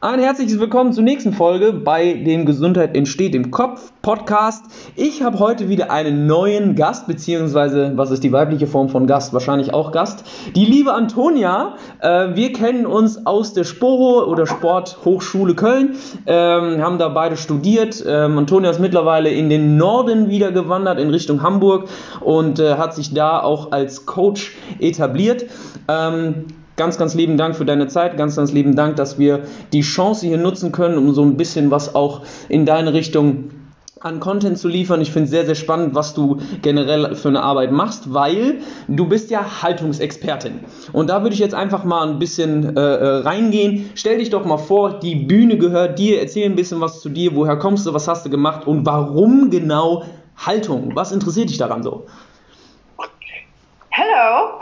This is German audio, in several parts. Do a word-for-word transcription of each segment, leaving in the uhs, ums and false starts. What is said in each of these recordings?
Ein herzliches Willkommen zur nächsten Folge bei dem Gesundheit entsteht im Kopf Podcast. Ich habe heute wieder einen neuen Gast, beziehungsweise, was ist die weibliche Form von Gast? Wahrscheinlich auch Gast. Die liebe Antonia. Äh, wir kennen uns aus der Sporo oder Sporthochschule Köln, ähm, haben da beide studiert. Ähm, Antonia ist mittlerweile in den Norden wieder gewandert, in Richtung Hamburg und äh, hat sich da auch als Coach etabliert. Ähm, Ganz, ganz lieben Dank für deine Zeit, ganz, ganz lieben Dank, dass wir die Chance hier nutzen können, um so ein bisschen was auch in deine Richtung an Content zu liefern. Ich finde es sehr, sehr spannend, was du generell für eine Arbeit machst, weil du bist ja Haltungsexpertin. Und da würde ich jetzt einfach mal ein bisschen äh, reingehen. Stell dich doch mal vor, die Bühne gehört dir, erzähl ein bisschen was zu dir, woher kommst du, was hast du gemacht und warum genau Haltung? Was interessiert dich daran so? Hello.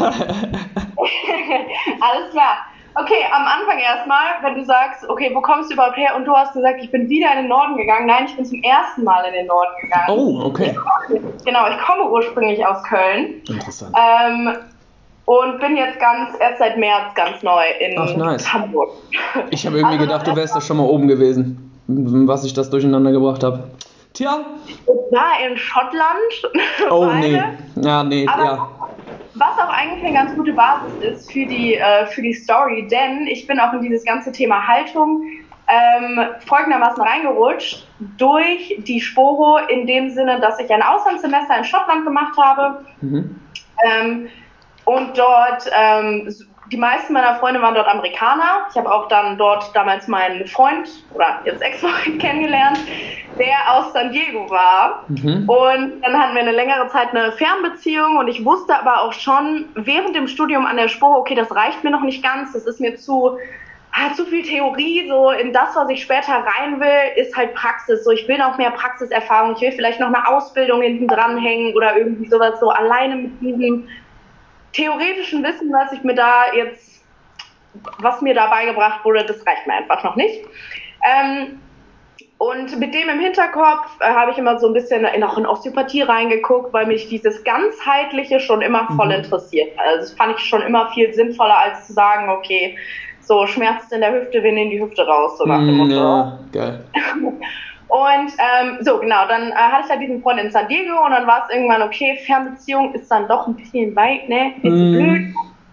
Alles klar. Okay, am Anfang erstmal, wenn du sagst, okay, wo kommst du überhaupt her? Und du hast gesagt, ich bin wieder in den Norden gegangen. Nein, ich bin zum ersten Mal in den Norden gegangen. Oh, okay. Ich, genau, ich komme ursprünglich aus Köln. Interessant. Ähm, und bin jetzt ganz, erst seit März ganz neu in Ach, nice. Hamburg. Ich habe irgendwie also, gedacht, du wärst da schon mal oben gewesen, was ich das durcheinander gebracht habe. Tja. Ich war in Schottland. Oh, beide. nee. Ja, nee, Aber ja. Was auch eigentlich eine ganz gute Basis ist für die, äh, für die Story, denn ich bin auch in dieses ganze Thema Haltung ähm, folgendermaßen reingerutscht durch die Sporo in dem Sinne, dass ich ein Auslandssemester in Schottland gemacht habe Mhm. ähm, und dort, ähm, die meisten meiner Freunde waren dort Amerikaner. Ich habe auch dann dort damals meinen Freund oder jetzt Ex-Freund kennengelernt, der aus San Diego war. Mhm. Und dann hatten wir eine längere Zeit eine Fernbeziehung und ich wusste aber auch schon während dem Studium an der Spur, okay, das reicht mir noch nicht ganz, das ist mir zu, ah, zu viel Theorie, so in das, was ich später rein will, ist halt Praxis. So, ich will noch mehr Praxiserfahrung, ich will vielleicht noch eine Ausbildung hinten dranhängen oder irgendwie sowas, so alleine mit diesem theoretischen Wissen, was ich mir da jetzt, was mir da beigebracht wurde, das reicht mir einfach noch nicht. Ähm, und mit dem im Hinterkopf äh, habe ich immer so ein bisschen in, auch in Osteopathie reingeguckt, weil mich dieses Ganzheitliche schon immer voll mhm. interessiert. Also das fand ich schon immer viel sinnvoller, als zu sagen, okay, so schmerzt in der Hüfte, wir nehmen die Hüfte raus, so nach dem Motto. Ja, geil. Und ähm, so, genau, dann äh, hatte ich halt diesen Freund in San Diego und dann war es irgendwann, okay, Fernbeziehung ist dann doch ein bisschen weit, ne? Ist mm. blöd.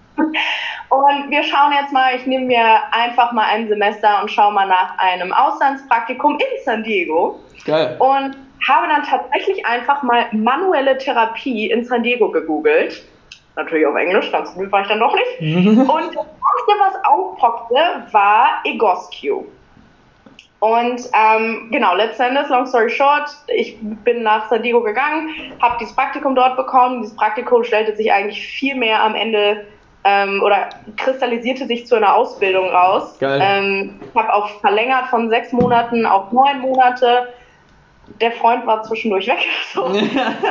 Und wir schauen jetzt mal, ich nehme mir einfach mal ein Semester und schaue mal nach einem Auslandspraktikum in San Diego. Geil. Und habe dann tatsächlich einfach mal manuelle Therapie in San Diego gegoogelt. Natürlich auf Englisch, ganz gut war ich dann doch nicht. Und das erste, was aufpoppte, war Egoscue. Und ähm, genau, letzten Endes, long story short, ich bin nach San Diego gegangen, habe dieses Praktikum dort bekommen. Dieses Praktikum stellte sich eigentlich viel mehr am Ende ähm, oder kristallisierte sich zu einer Ausbildung raus. Geil. Ähm, ich habe auch verlängert von sechs Monaten auf neun Monate. Der Freund war zwischendurch weg. So. hat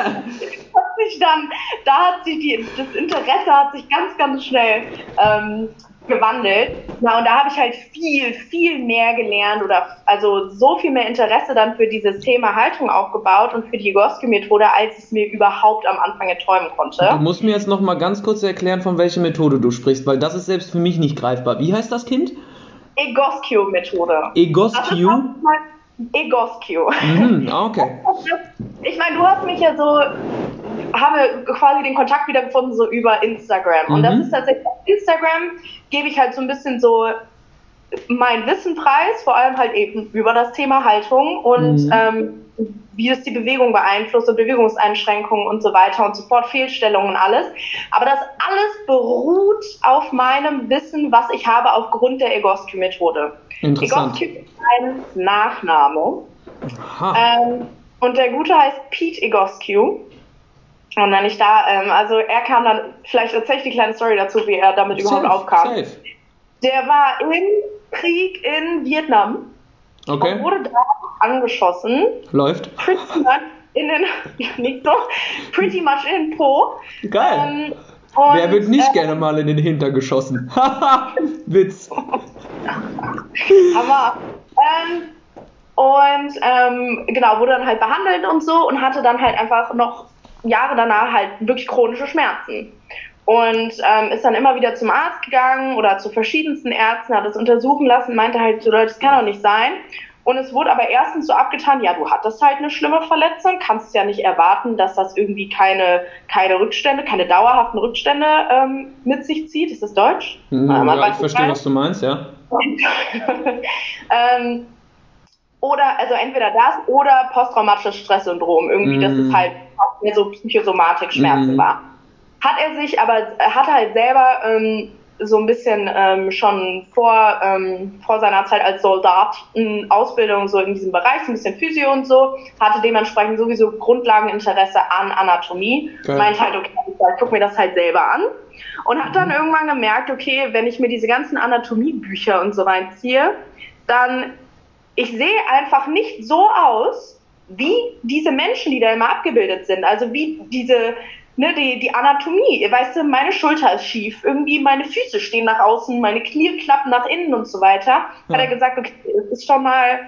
sich dann, da hat sich die, das Interesse hat sich ganz, ganz schnell ähm, gewandelt. Ja, und da habe ich halt viel, viel mehr gelernt oder also so viel mehr Interesse dann für dieses Thema Haltung aufgebaut und für die Egoscue-Methode, als es mir überhaupt am Anfang erträumen konnte. Du musst mir jetzt noch mal ganz kurz erklären, von welcher Methode du sprichst, weil das ist selbst für mich nicht greifbar. Wie heißt das Kind? Egoscue-Methode. Egoscue? Egoscue. Mhm, okay. Ich meine, du hast mich ja so, haben wir quasi den Kontakt wieder gefunden, so über Instagram. Und mhm. das ist tatsächlich auf Instagram, gebe ich halt so ein bisschen so mein Wissen preis, vor allem halt eben über das Thema Haltung und mhm. ähm, wie es die Bewegung beeinflusst und Bewegungseinschränkungen und so weiter und so fort, Fehlstellungen und alles. Aber das alles beruht auf meinem Wissen, was ich habe aufgrund der Egoscue-Methode. Interessant. Egoscue ist ein Nachname. Ähm, und der Gute heißt Pete Egoscue. Und wenn ich da, ähm, also er kam dann, vielleicht erzähle ich die kleine Story dazu, wie er damit safe, überhaupt aufkam. Safe. Der war im Krieg in Vietnam. Okay. Und wurde da angeschossen. Läuft. Pretty much in den, nicht so, pretty much in den Po. Geil. Ähm, und, wer wird nicht äh, gerne mal in den Hintern geschossen? Haha, Witz. Aber, ähm, und, ähm, genau, wurde dann halt behandelt und so und hatte dann halt einfach noch Jahre danach halt wirklich chronische Schmerzen. und ähm, ist dann immer wieder zum Arzt gegangen oder zu verschiedensten Ärzten, hat es untersuchen lassen, meinte halt so, Leute, das kann doch nicht sein. Und es wurde aber erstens so abgetan, ja, du hattest halt eine schlimme Verletzung, kannst ja nicht erwarten, dass das irgendwie keine, keine Rückstände, keine dauerhaften Rückstände ähm, mit sich zieht. Ist das Deutsch? Mhm, ja, ja ich verstehe, was du meinst, ja. ähm, oder, also entweder das oder posttraumatisches Stresssyndrom. Irgendwie, mm. dass es halt auch mehr so Psychosomatik-Schmerzen mm. war. Hat er sich aber, hat halt selber ähm, so ein bisschen ähm, schon vor, ähm, vor seiner Zeit als Soldat eine Ausbildung so in diesem Bereich, so ein bisschen Physio und so, hatte dementsprechend sowieso Grundlageninteresse an Anatomie. Okay. Meint halt, okay, ich guck mir das halt selber an. Und hat dann irgendwann gemerkt, okay, wenn ich mir diese ganzen Anatomiebücher und so reinziehe, dann ich sehe einfach nicht so aus, wie diese Menschen, die da immer abgebildet sind. Also wie diese, ne, die, die Anatomie. Weißt du, meine Schulter ist schief, irgendwie meine Füße stehen nach außen, meine Knie klappen nach innen und so weiter. Ja. Hat er gesagt, okay, es ist schon mal,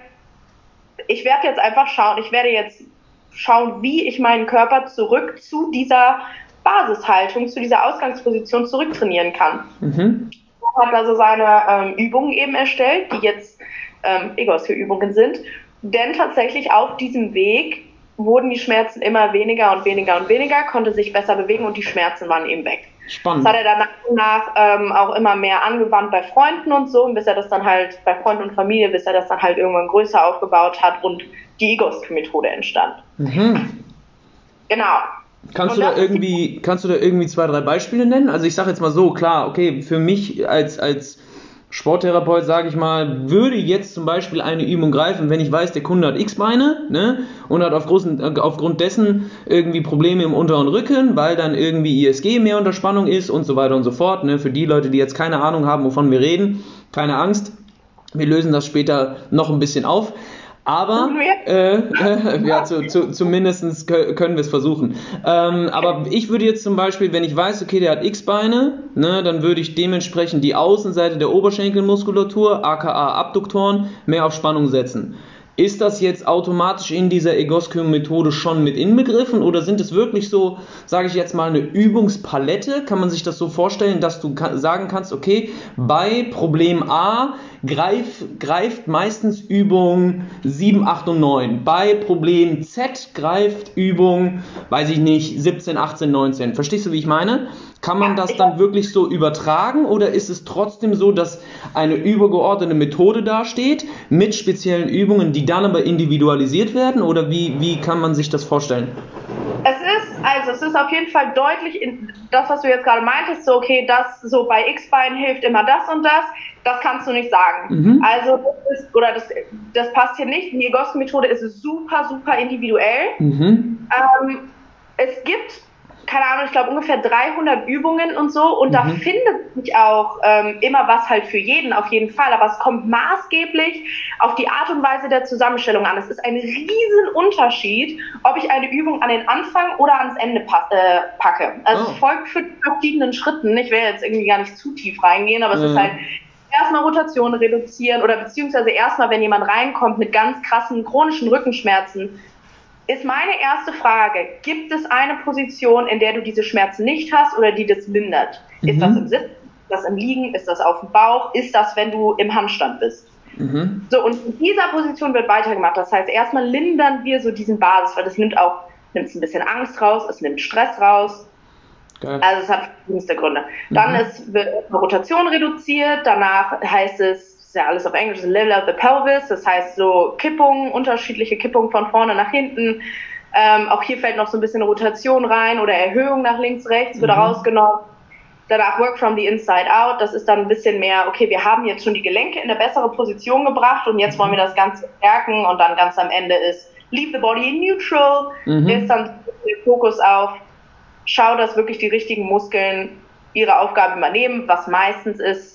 ich werde jetzt einfach schauen, ich werde jetzt schauen, wie ich meinen Körper zurück zu dieser Basishaltung, zu dieser Ausgangsposition zurücktrainieren kann. Mhm. Er hat also seine ähm, Übungen eben erstellt, die jetzt ähm, Egos für Übungen sind, denn tatsächlich auf diesem Weg wurden die Schmerzen immer weniger und weniger und weniger, konnte sich besser bewegen und die Schmerzen waren eben weg. Spannend. Das hat er dann nach und nach ähm, auch immer mehr angewandt bei Freunden und so, bis er das dann halt bei Freunden und Familie, bis er das dann halt irgendwann größer aufgebaut hat und die Egos-Methode entstand. Mhm. Genau. Kannst du, da irgendwie, kannst du da irgendwie zwei, drei Beispiele nennen? Also ich sage jetzt mal so, klar, okay, für mich als, als Sporttherapeut, sage ich mal, würde jetzt zum Beispiel eine Übung greifen, wenn ich weiß, der Kunde hat X-Beine, ne, und hat aufgrund, aufgrund dessen irgendwie Probleme im unteren Rücken, weil dann irgendwie I S G mehr unter Spannung ist und so weiter und so fort. Ne. Für die Leute, die jetzt keine Ahnung haben, wovon wir reden, keine Angst, wir lösen das später noch ein bisschen auf. Aber äh, äh, ja, zu, zu, zumindest können wir es versuchen. Ähm, aber ich würde jetzt zum Beispiel, wenn ich weiß, okay, der hat X-Beine, ne, dann würde ich dementsprechend die Außenseite der Oberschenkelmuskulatur, aka Abduktoren, mehr auf Spannung setzen. Ist das jetzt automatisch in dieser Egoscue-Methode schon mit inbegriffen oder sind es wirklich so, sage ich jetzt mal, eine Übungspalette? Kann man sich das so vorstellen, dass du sagen kannst, okay, bei Problem A greif, greift meistens Übung sieben, acht und neun. Bei Problem Z greift Übung, weiß ich nicht, siebzehn, achtzehn, neunzehn. Verstehst du, wie ich meine? Kann man das dann wirklich so übertragen oder ist es trotzdem so, dass eine übergeordnete Methode dasteht mit speziellen Übungen, die dann aber individualisiert werden oder wie, wie kann man sich das vorstellen? Es ist, also es ist auf jeden Fall deutlich, in das, was du jetzt gerade meintest, so okay, das so bei X-Bein hilft immer das und das, das kannst du nicht sagen. Mhm. Also das ist, oder das, das passt hier nicht. Die Egoscue-Methode ist super, super individuell. Mhm. Ähm, es gibt keine Ahnung, ich glaube ungefähr dreihundert Übungen und so und mhm. da findet sich auch ähm, immer was halt für jeden auf jeden Fall, aber es kommt maßgeblich auf die Art und Weise der Zusammenstellung an. Es ist ein riesen Unterschied, ob ich eine Übung an den Anfang oder ans Ende pa- äh, packe. Also oh. es folgt für verschiedenen Schritten. Ich will jetzt irgendwie gar nicht zu tief reingehen, aber mhm. es ist halt erstmal Rotation reduzieren oder beziehungsweise erstmal, wenn jemand reinkommt mit ganz krassen chronischen Rückenschmerzen, ist meine erste Frage, gibt es eine Position, in der du diese Schmerzen nicht hast oder die das lindert? Mhm. Ist das im Sitzen, ist das im Liegen, ist das auf dem Bauch, ist das, wenn du im Handstand bist? Mhm. So, und in dieser Position wird weitergemacht. Das heißt, erstmal lindern wir so diesen Basis, weil das nimmt auch, nimmt ein bisschen Angst raus, es nimmt Stress raus. Geil. Also es hat verschiedenste Gründe. Mhm. Dann ist, wird eine Rotation reduziert, danach heißt es, ist ja alles auf Englisch, Level of the Pelvis, das heißt so Kippungen, unterschiedliche Kippungen von vorne nach hinten. Ähm, auch hier fällt noch so ein bisschen Rotation rein oder Erhöhung nach links, rechts, wird mhm. rausgenommen. Danach Work from the Inside Out, das ist dann ein bisschen mehr, okay, wir haben jetzt schon die Gelenke in eine bessere Position gebracht und jetzt wollen wir das Ganze stärken und dann ganz am Ende ist Leave the Body in Neutral, mhm. ist dann der Fokus auf, schau, dass wirklich die richtigen Muskeln ihre Aufgabe übernehmen, was meistens ist,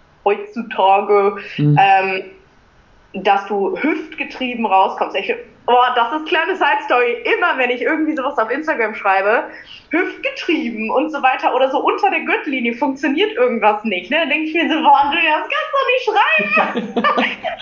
heutzutage, mhm. ähm, dass du hüftgetrieben rauskommst. Ich, oh, das ist kleine Side-Story. Immer, wenn ich irgendwie sowas auf Instagram schreibe, hüftgetrieben und so weiter oder so unter der Gürtellinie funktioniert irgendwas nicht. Ne? Dann denke ich mir so, boah, Andrea, das kannst du nicht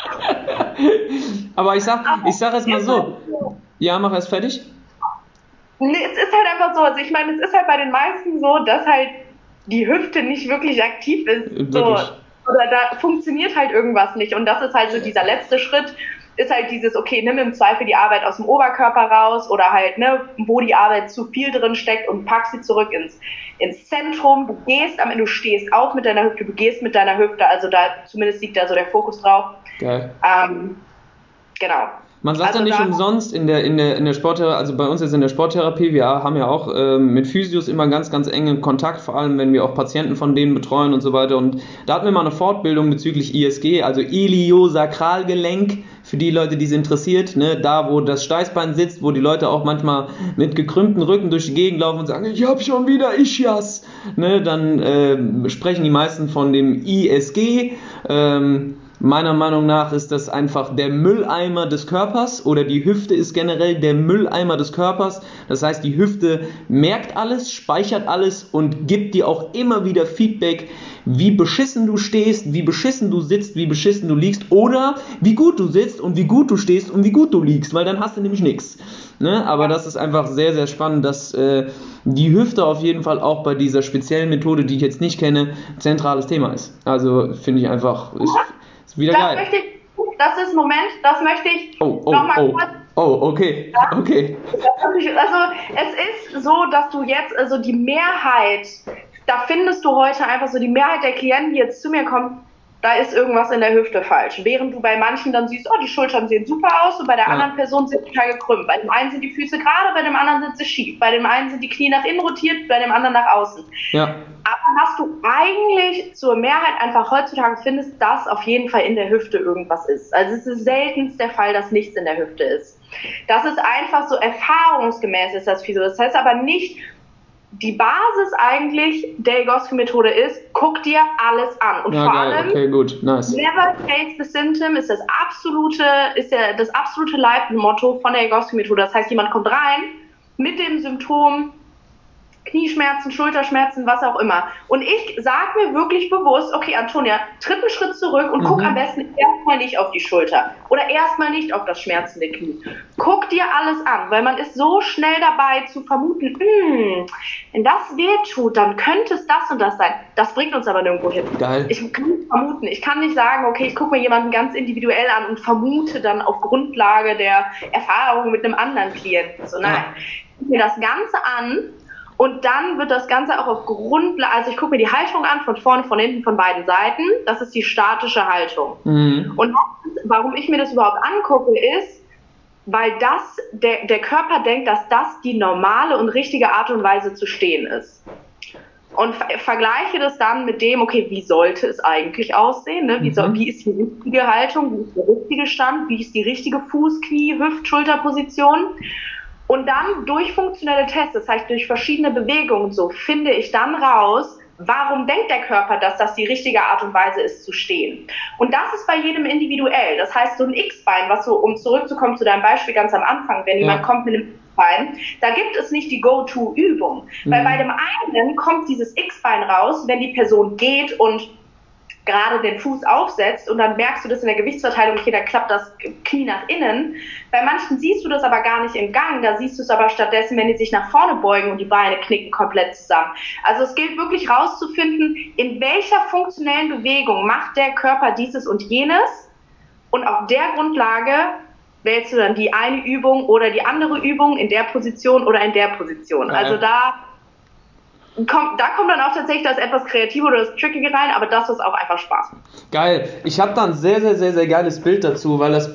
schreiben. Aber ich sag, ich sag es mal so. Ja, mach erst fertig. Nee, es ist halt einfach so. Also ich meine, es ist halt bei den meisten so, dass halt die Hüfte nicht wirklich aktiv ist. Wirklich. So. Oder da funktioniert halt irgendwas nicht. Und das ist halt so dieser letzte Schritt, ist halt dieses, okay, nimm im Zweifel die Arbeit aus dem Oberkörper raus oder halt, ne, wo die Arbeit zu viel drin steckt und pack sie zurück ins, ins Zentrum. Du gehst am Ende, du stehst auf mit deiner Hüfte, du gehst mit deiner Hüfte, also da zumindest liegt da so der Fokus drauf. Geil. Ähm, genau. Man sagt also ja nicht da, umsonst in der, in der, in der Sporttherapie, also bei uns jetzt in der Sporttherapie, wir haben ja auch ähm, mit Physios immer ganz, ganz engen Kontakt, vor allem wenn wir auch Patienten von denen betreuen und so weiter. Und da hatten wir mal eine Fortbildung bezüglich I S G, also Iliosakralgelenk, für die Leute, die es interessiert, ne, da wo das Steißbein sitzt, wo die Leute auch manchmal mit gekrümmten Rücken durch die Gegend laufen und sagen, ich hab schon wieder Ischias, ne, dann äh, sprechen die meisten von dem I S G. Ähm, Meiner Meinung nach ist das einfach der Mülleimer des Körpers, oder die Hüfte ist generell der Mülleimer des Körpers. Das heißt, die Hüfte merkt alles, speichert alles und gibt dir auch immer wieder Feedback, wie beschissen du stehst, wie beschissen du sitzt, wie beschissen du liegst oder wie gut du sitzt und wie gut du stehst und wie gut du liegst, weil dann hast du nämlich nichts. Ne? Aber das ist einfach sehr, sehr spannend, dass äh, die Hüfte auf jeden Fall auch bei dieser speziellen Methode, die ich jetzt nicht kenne, zentrales Thema ist. Also finde ich einfach... Ist, Wieder das geil. möchte ich, das ist, Moment, das möchte ich oh, oh, nochmal oh. kurz. Oh, okay, Ja? okay. Also, es ist so, dass du jetzt, also die Mehrheit, da findest du heute einfach so, die Mehrheit der Klienten, die jetzt zu mir kommen, da ist irgendwas in der Hüfte falsch. Während du bei manchen dann siehst, oh, die Schultern sehen super aus und bei der ja. anderen Person sind die total gekrümmt. Bei dem einen sind die Füße gerade, bei dem anderen sind sie schief. Bei dem einen sind die Knie nach innen rotiert, bei dem anderen nach außen. Ja. Aber was du eigentlich zur Mehrheit einfach heutzutage findest, dass auf jeden Fall in der Hüfte irgendwas ist. Also es ist seltenst der Fall, dass nichts in der Hüfte ist. Das ist einfach so erfahrungsgemäß ist das Physio. Das heißt aber nicht, die Basis eigentlich der Egoscue-Methode ist, guck dir alles an. Und ja, vor geil. allem, okay, gut. Nice. Never face the symptom ist das absolute, ist ja das absolute Leitmotto von der Egoscue-Methode. Das heißt, jemand kommt rein mit dem Symptom Knieschmerzen, Schulterschmerzen, was auch immer. Und ich sage mir wirklich bewusst, okay, Antonia, tritt einen Schritt zurück und mhm. guck am besten erstmal nicht auf die Schulter oder erstmal nicht auf das schmerzende Knie. Guck dir alles an, weil man ist so schnell dabei zu vermuten, wenn das wehtut, dann könnte es das und das sein. Das bringt uns aber nirgendwo hin. Geil. Ich kann nicht vermuten. Ich kann nicht sagen, okay, ich gucke mir jemanden ganz individuell an und vermute dann auf Grundlage der Erfahrung mit einem anderen Klienten. So, nein. Ja. Ich gucke mir das Ganze an. Und dann wird das Ganze auch auf Grundlage, also ich gucke mir die Haltung an, von vorne, von hinten, von beiden Seiten. Das ist die statische Haltung. Mhm. Und warum ich mir das überhaupt angucke, ist, weil das, der, der Körper denkt, dass das die normale und richtige Art und Weise zu stehen ist. Und ver- vergleiche das dann mit dem, okay, wie sollte es eigentlich aussehen? Ne? Wie, soll, wie ist die richtige Haltung? Wie ist der richtige Stand? Wie ist die richtige Fuß-, Knie-, Hüft-, Schulterposition? Und dann durch funktionelle Tests, das heißt durch verschiedene Bewegungen so, finde ich dann raus, warum denkt der Körper, dass das die richtige Art und Weise ist zu stehen. Und das ist bei jedem individuell. Das heißt, so ein X-Bein, was so, um zurückzukommen zu deinem Beispiel ganz am Anfang, wenn ja. jemand kommt mit einem X-Bein, da gibt es nicht die Go-To-Übung. Mhm. Weil bei dem einen kommt dieses X-Bein raus, wenn die Person geht und gerade den Fuß aufsetzt und dann merkst du das in der Gewichtsverteilung, okay, da klappt das Knie nach innen. Bei manchen siehst du das aber gar nicht im Gang, da siehst du es aber stattdessen, wenn die sich nach vorne beugen und die Beine knicken komplett zusammen. Also es gilt wirklich rauszufinden, in welcher funktionellen Bewegung macht der Körper dieses und jenes und auf der Grundlage wählst du dann die eine Übung oder die andere Übung in der Position oder in der Position. Ja. Also da Kommt, da kommt dann auch tatsächlich das etwas Kreative oder das Trickige rein, aber das ist auch einfach Spaß. Geil. Ich habe da ein sehr, sehr, sehr, sehr geiles Bild dazu, weil das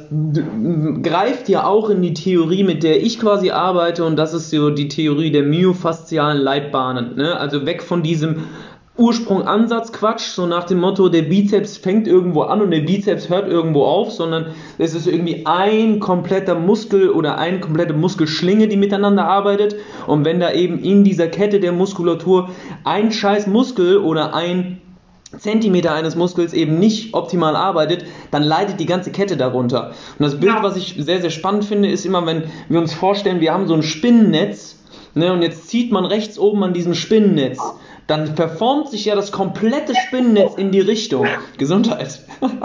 d- greift ja auch in die Theorie, mit der ich quasi arbeite, und das ist so die Theorie der myofaszialen Leitbahnen. Ne? Also weg von diesem Ursprung-Ansatz-Quatsch, so nach dem Motto, der Bizeps fängt irgendwo an und der Bizeps hört irgendwo auf, sondern es ist irgendwie ein kompletter Muskel oder eine komplette Muskelschlinge, die miteinander arbeitet, und wenn da eben in dieser Kette der Muskulatur ein scheiß Muskel oder ein Zentimeter eines Muskels eben nicht optimal arbeitet, dann leidet die ganze Kette darunter. Und das Bild, was ich sehr, sehr spannend finde, ist immer, wenn wir uns vorstellen, wir haben so ein Spinnennetz, ne, und jetzt zieht man rechts oben an diesem Spinnennetz, dann verformt sich ja das komplette Spinnennetz in die Richtung. Gesundheit.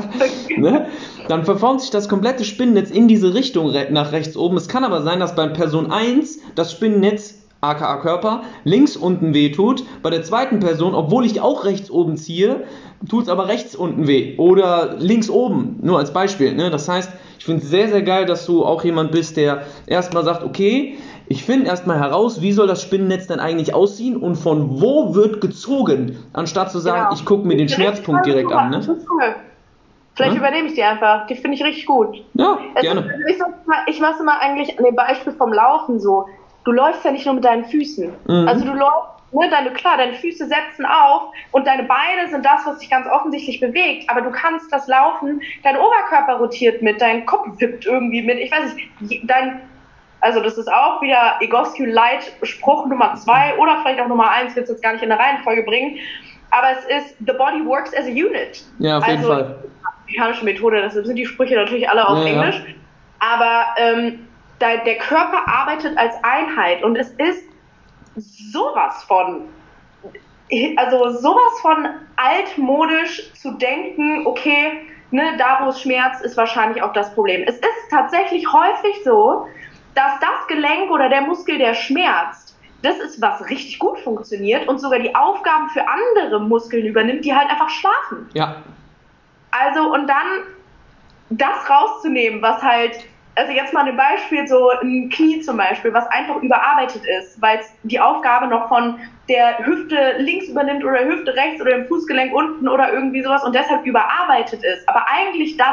Ne? Dann verformt sich das komplette Spinnennetz in diese Richtung nach rechts oben. Es kann aber sein, dass bei Person eins das Spinnennetz aka Körper, links unten weh tut, bei der zweiten Person, obwohl ich auch rechts oben ziehe, tut es aber rechts unten weh oder links oben, nur als Beispiel. Ne? Das heißt, ich finde es sehr, sehr geil, dass du auch jemand bist, der erstmal sagt, okay, ich finde erstmal heraus, wie soll das Spinnennetz denn eigentlich aussehen und von wo wird gezogen, anstatt zu sagen, genau. Ich gucke mir den Schmerzpunkt direkt an. Ne? Vielleicht hm? übernehme ich die einfach. Die finde ich richtig gut. Ja, es gerne. Ist, ich, ich mache es immer eigentlich an dem Beispiel vom Laufen so. Du läufst ja nicht nur mit deinen Füßen. Mhm. Also du läufst, ne, deine, klar, deine Füße setzen auf und deine Beine sind das, was sich ganz offensichtlich bewegt. Aber du kannst das Laufen, dein Oberkörper rotiert mit, dein Kopf wippt irgendwie mit. Ich weiß nicht, dein, also das ist auch wieder Egoscue Light Spruch Nummer zwei oder vielleicht auch Nummer eins, ich will es jetzt gar nicht in der Reihenfolge bringen. Aber es ist, the body works as a unit. Ja, auf jeden also, Fall. Amerikanische Methode, das sind die Sprüche natürlich alle auf ja, Englisch. Ja. Aber ähm, da, der Körper arbeitet als Einheit und es ist sowas von, also sowas von altmodisch zu denken, okay, ne, da wo es schmerzt, ist wahrscheinlich auch das Problem. Es ist tatsächlich häufig so, dass das Gelenk oder der Muskel, der schmerzt, das ist, was richtig gut funktioniert und sogar die Aufgaben für andere Muskeln übernimmt, die halt einfach schlafen. Ja. Also, und dann das rauszunehmen, was halt, also jetzt mal ein Beispiel, so ein Knie zum Beispiel, was einfach überarbeitet ist, weil es die Aufgabe noch von der Hüfte links übernimmt oder Hüfte rechts oder im Fußgelenk unten oder irgendwie sowas und deshalb überarbeitet ist. Aber eigentlich das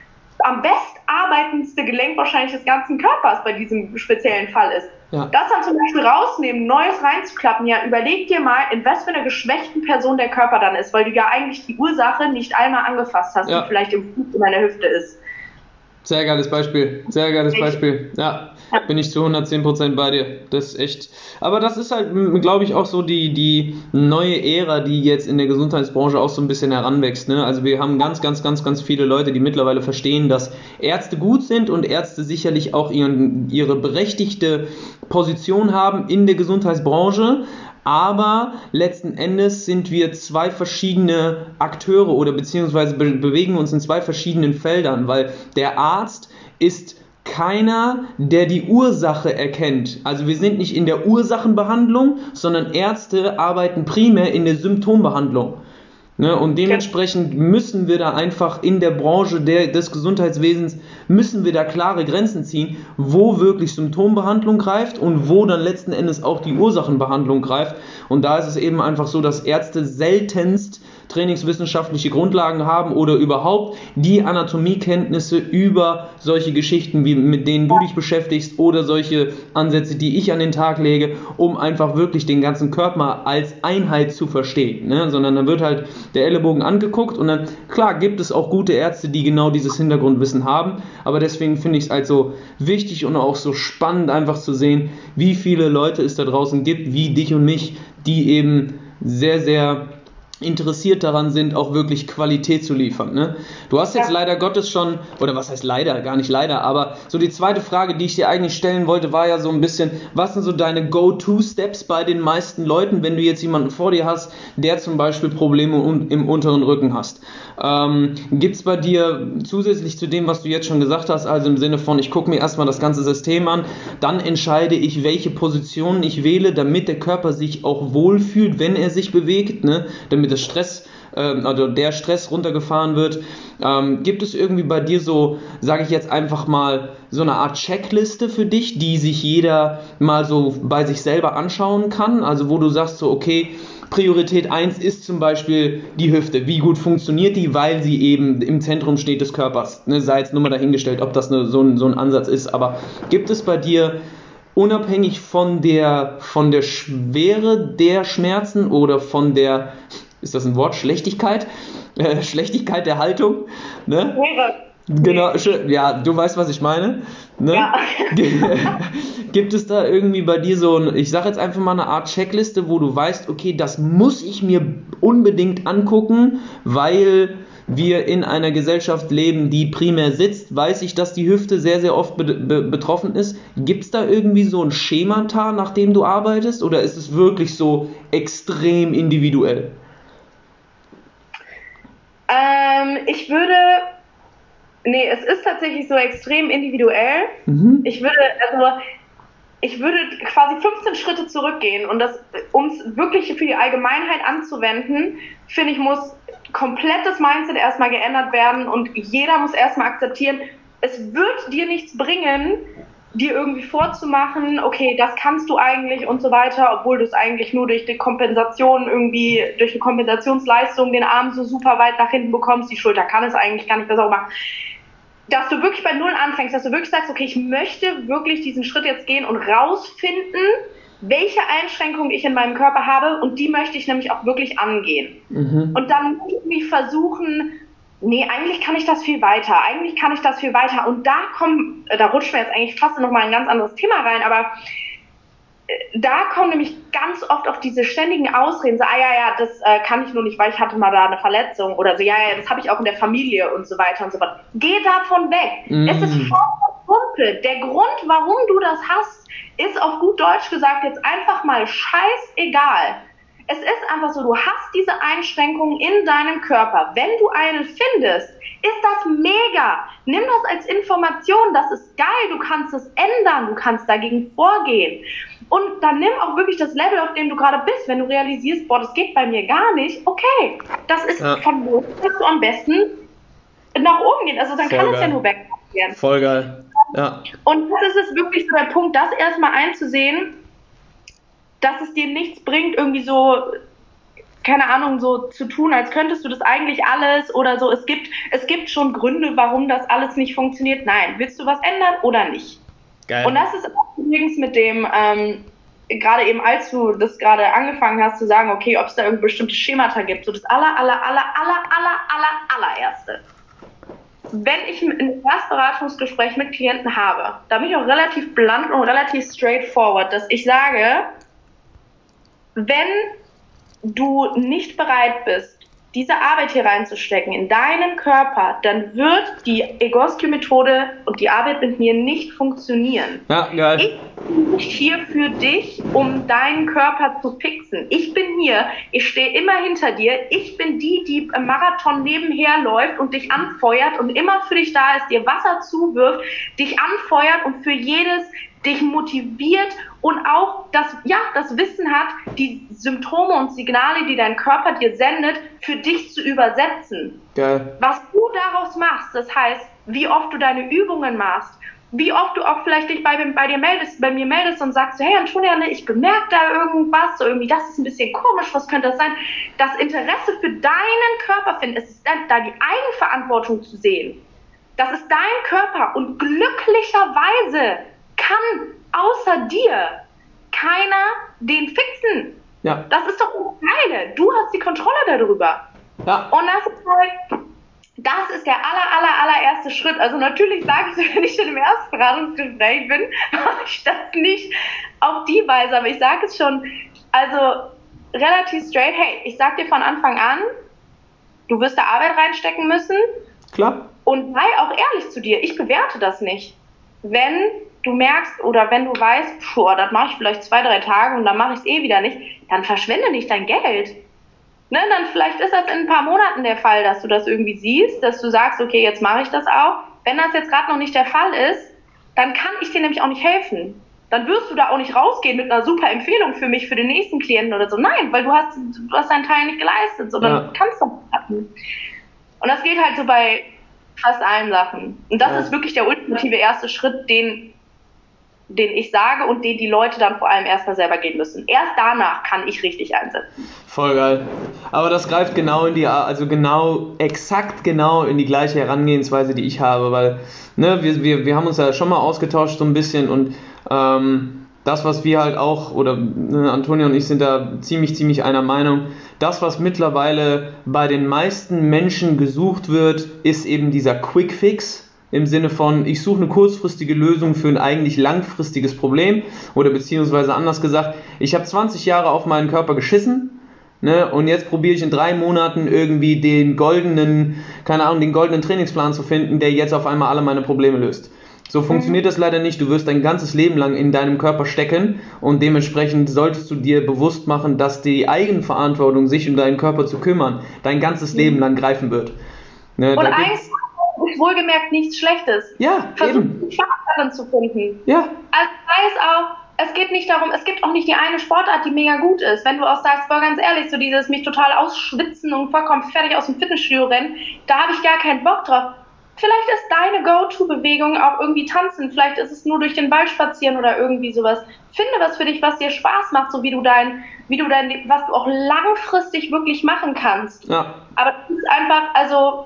am best arbeitendste Gelenk wahrscheinlich des ganzen Körpers bei diesem speziellen Fall ist. Ja. Das dann zum Beispiel rausnehmen, Neues reinzuklappen, ja, überleg dir mal, in was für einer geschwächten Person der Körper dann ist, weil du ja eigentlich die Ursache nicht einmal angefasst hast, ja. Die vielleicht im Fuß in deiner Hüfte ist. Sehr geiles Beispiel, sehr geiles Beispiel, ja, bin ich zu hundertzehn Prozent bei dir, das ist echt, aber das ist halt, glaube ich, auch so die, die neue Ära, die jetzt in der Gesundheitsbranche auch so ein bisschen heranwächst, ne? Also wir haben ganz, ganz, ganz, ganz viele Leute, die mittlerweile verstehen, dass Ärzte gut sind und Ärzte sicherlich auch ihren, ihre berechtigte Position haben in der Gesundheitsbranche. Aber letzten Endes sind wir zwei verschiedene Akteure oder beziehungsweise be- bewegen uns in zwei verschiedenen Feldern, weil der Arzt ist keiner, der die Ursache erkennt. Also wir sind nicht in der Ursachenbehandlung, sondern Ärzte arbeiten primär in der Symptombehandlung. Ne, und dementsprechend müssen wir da einfach in der Branche der, des Gesundheitswesens, müssen wir da klare Grenzen ziehen, wo wirklich Symptombehandlung greift und wo dann letzten Endes auch die Ursachenbehandlung greift. Und da ist es eben einfach so, dass Ärzte seltenst trainingswissenschaftliche Grundlagen haben oder überhaupt die Anatomiekenntnisse über solche Geschichten, wie mit denen du dich beschäftigst oder solche Ansätze, die ich an den Tag lege, um einfach wirklich den ganzen Körper als Einheit zu verstehen, ne? Sondern dann wird halt der Ellenbogen angeguckt und dann, klar, gibt es auch gute Ärzte, die genau dieses Hintergrundwissen haben, aber deswegen finde ich es halt so wichtig und auch so spannend einfach zu sehen, wie viele Leute es da draußen gibt, wie dich und mich, die eben sehr, sehr interessiert daran sind, auch wirklich Qualität zu liefern. Ne? Du hast jetzt ja. leider Gottes schon, oder was heißt leider, gar nicht leider, aber so die zweite Frage, die ich dir eigentlich stellen wollte, war ja so ein bisschen, was sind so deine Go-To-Steps bei den meisten Leuten, wenn du jetzt jemanden vor dir hast, der zum Beispiel Probleme im unteren Rücken hast? Ähm, gibt es bei dir zusätzlich zu dem, was du jetzt schon gesagt hast, also im Sinne von, ich gucke mir erstmal das ganze System an, dann entscheide ich, welche Positionen ich wähle, damit der Körper sich auch wohlfühlt, wenn er sich bewegt, ne? Damit der Stress, äh, also der Stress runtergefahren wird. Ähm, gibt es irgendwie bei dir so, sage ich jetzt einfach mal, so eine Art Checkliste für dich, die sich jeder mal so bei sich selber anschauen kann? Also wo du sagst so, okay, Priorität eins ist zum Beispiel die Hüfte. Wie gut funktioniert die, weil sie eben im Zentrum steht des Körpers. Ne, sei jetzt nur mal dahingestellt, ob das eine, so, ein, so ein Ansatz ist. Aber gibt es bei dir, unabhängig von der, von der Schwere der Schmerzen oder von der, ist das ein Wort, Schlechtigkeit? Äh, Schlechtigkeit der Haltung? Ne? Genau, ja, du weißt, was ich meine. Ne? Ja. Gibt es da irgendwie bei dir so, ein, ich sage jetzt einfach mal eine Art Checkliste, wo du weißt, okay, das muss ich mir unbedingt angucken, weil wir in einer Gesellschaft leben, die primär sitzt, weiß ich, dass die Hüfte sehr, sehr oft be- be- betroffen ist. Gibt es da irgendwie so ein Schemata, nach dem du arbeitest, oder ist es wirklich so extrem individuell? Ähm, ich würde... Nee, es ist tatsächlich so extrem individuell. Mhm. Ich würde, also ich würde quasi fünfzehn Schritte zurückgehen und das, um es wirklich für die Allgemeinheit anzuwenden, finde ich, muss komplettes Mindset erstmal geändert werden und jeder muss erstmal akzeptieren, es wird dir nichts bringen, dir irgendwie vorzumachen, okay, das kannst du eigentlich und so weiter, obwohl du es eigentlich nur durch die Kompensation irgendwie, durch eine Kompensationsleistung den Arm so super weit nach hinten bekommst, die Schulter kann es eigentlich gar nicht, was auch immer. Dass du wirklich bei Null anfängst, dass du wirklich sagst, okay, ich möchte wirklich diesen Schritt jetzt gehen und rausfinden, welche Einschränkungen ich in meinem Körper habe und die möchte ich nämlich auch wirklich angehen. Mhm. Und dann irgendwie versuchen, nee, eigentlich kann ich das viel weiter, eigentlich kann ich das viel weiter und da kommen, da rutschen wir jetzt eigentlich fast noch mal ein ganz anderes Thema rein, aber da kommen nämlich ganz oft auch diese ständigen Ausreden, so, ah ja, ja, das äh, kann ich nur nicht, weil ich hatte mal da eine Verletzung oder so, ja, ja, das habe ich auch in der Familie und so weiter und so fort. Geh davon weg. Mm. Es ist vollkommen Pumpe. Der Grund, warum du das hast, ist auf gut Deutsch gesagt jetzt einfach mal scheißegal. Es ist einfach so, du hast diese Einschränkungen in deinem Körper. Wenn du eine findest, ist das mega. Nimm das als Information, das ist geil, du kannst es ändern, du kannst dagegen vorgehen. Und dann nimm auch wirklich das Level, auf dem du gerade bist. Wenn du realisierst, boah, das geht bei mir gar nicht, okay, das ist ja. Von wo kannst du am besten nach oben gehen. Also dann Voll kann geil. Es ja nur weggehen. Voll geil, ja. Und das ist es wirklich so der Punkt, das erstmal einzusehen, dass es dir nichts bringt, irgendwie so, keine Ahnung, so zu tun, als könntest du das eigentlich alles oder so. Es gibt, es gibt schon Gründe, warum das alles nicht funktioniert. Nein, willst du was ändern oder nicht? Geil. Und das ist übrigens mit dem, ähm, gerade eben als du das gerade angefangen hast zu sagen, okay, ob es da irgendein bestimmtes Schemata gibt, so das aller, aller, aller, aller, aller, aller, allererste. Wenn ich ein Erstberatungsgespräch mit Klienten habe, da bin ich auch relativ blunt und relativ straightforward, dass ich sage, wenn du nicht bereit bist, diese Arbeit hier reinzustecken in deinen Körper, dann wird die Egoscue-Methode und die Arbeit mit mir nicht funktionieren. Ja, geil. Ich bin nicht hier für dich, um deinen Körper zu fixen. Ich bin hier, ich stehe immer hinter dir. Ich bin die, die im Marathon nebenher läuft und dich anfeuert und immer für dich da ist, dir Wasser zuwirft, dich anfeuert und für jedes dich motiviert und auch das, ja, das Wissen hat, die Symptome und Signale, die dein Körper dir sendet, für dich zu übersetzen. Geil. Was du daraus machst, das heißt, wie oft du deine Übungen machst, wie oft du auch vielleicht dich bei, bei dir meldest, bei mir meldest und sagst, hey Antonia, ich bemerke da irgendwas, so irgendwie, das ist ein bisschen komisch, was könnte das sein? Das Interesse für deinen Körper finden, es ist da die Eigenverantwortung zu sehen. Das ist dein Körper und glücklicherweise kann außer dir keiner den fixen. Ja. Das ist doch das Geile. Du hast die Kontrolle darüber. Ja. Und das ist halt, das ist der aller, aller, allererste Schritt. Also natürlich sage ich es, wenn ich in einem Erstberatungsgespräch bin, mache ich das nicht auf die Weise, aber ich sage es schon, also relativ straight, hey, ich sag dir von Anfang an, du wirst da Arbeit reinstecken müssen. Klar. Und sei auch ehrlich zu dir, ich bewerte das nicht. Wenn du merkst oder wenn du weißt, puh, das mache ich vielleicht zwei, drei Tage und dann mache ich es eh wieder nicht, dann verschwende nicht dein Geld. Ne, dann vielleicht ist das in ein paar Monaten der Fall, dass du das irgendwie siehst, dass du sagst, okay, jetzt mache ich das auch. Wenn das jetzt gerade noch nicht der Fall ist, dann kann ich dir nämlich auch nicht helfen. Dann wirst du da auch nicht rausgehen mit einer super Empfehlung für mich, für den nächsten Klienten oder so. Nein, weil du hast, du hast deinen Teil nicht geleistet, sondern ja. kannst du nicht machen. Und das geht halt so bei fast allen Sachen. Und das ja. ist wirklich der ultimative erste Schritt, den den ich sage und den die Leute dann vor allem erstmal selber gehen müssen. Erst danach kann ich richtig einsetzen. Voll geil. Aber das greift genau in die, also genau, exakt genau in die gleiche Herangehensweise, die ich habe, weil ne, wir, wir, wir haben uns ja schon mal ausgetauscht so ein bisschen und ähm, das, was wir halt auch, oder ne, Antonia und ich sind da ziemlich, ziemlich einer Meinung, das, was mittlerweile bei den meisten Menschen gesucht wird, ist eben dieser Quick Fix. Im Sinne von, ich suche eine kurzfristige Lösung für ein eigentlich langfristiges Problem oder beziehungsweise anders gesagt, ich habe zwanzig Jahre auf meinen Körper geschissen, ne, und jetzt probiere ich in drei Monaten irgendwie den goldenen, keine Ahnung, den goldenen Trainingsplan zu finden, der jetzt auf einmal alle meine Probleme löst. So funktioniert das leider nicht. Du wirst dein ganzes Leben lang in deinem Körper stecken und dementsprechend solltest du dir bewusst machen, dass die Eigenverantwortung, sich um deinen Körper zu kümmern, dein ganzes Leben lang greifen wird. Ne, und eins ist wohlgemerkt nichts Schlechtes. Ja, Versuch eben. einen Spaß darin zu finden. Ja. Also sei es auch, es geht nicht darum, es gibt auch nicht die eine Sportart, die mega gut ist. Wenn du auch sagst, boah, ganz ehrlich, so dieses mich total ausschwitzen und vollkommen fertig aus dem Fitnessstudio rennen, da habe ich gar keinen Bock drauf. Vielleicht ist deine Go-To-Bewegung auch irgendwie tanzen, vielleicht ist es nur durch den Wald spazieren oder irgendwie sowas. Finde was für dich, was dir Spaß macht, so wie du dein, wie du dein, was du auch langfristig wirklich machen kannst. Ja. Aber es ist einfach, also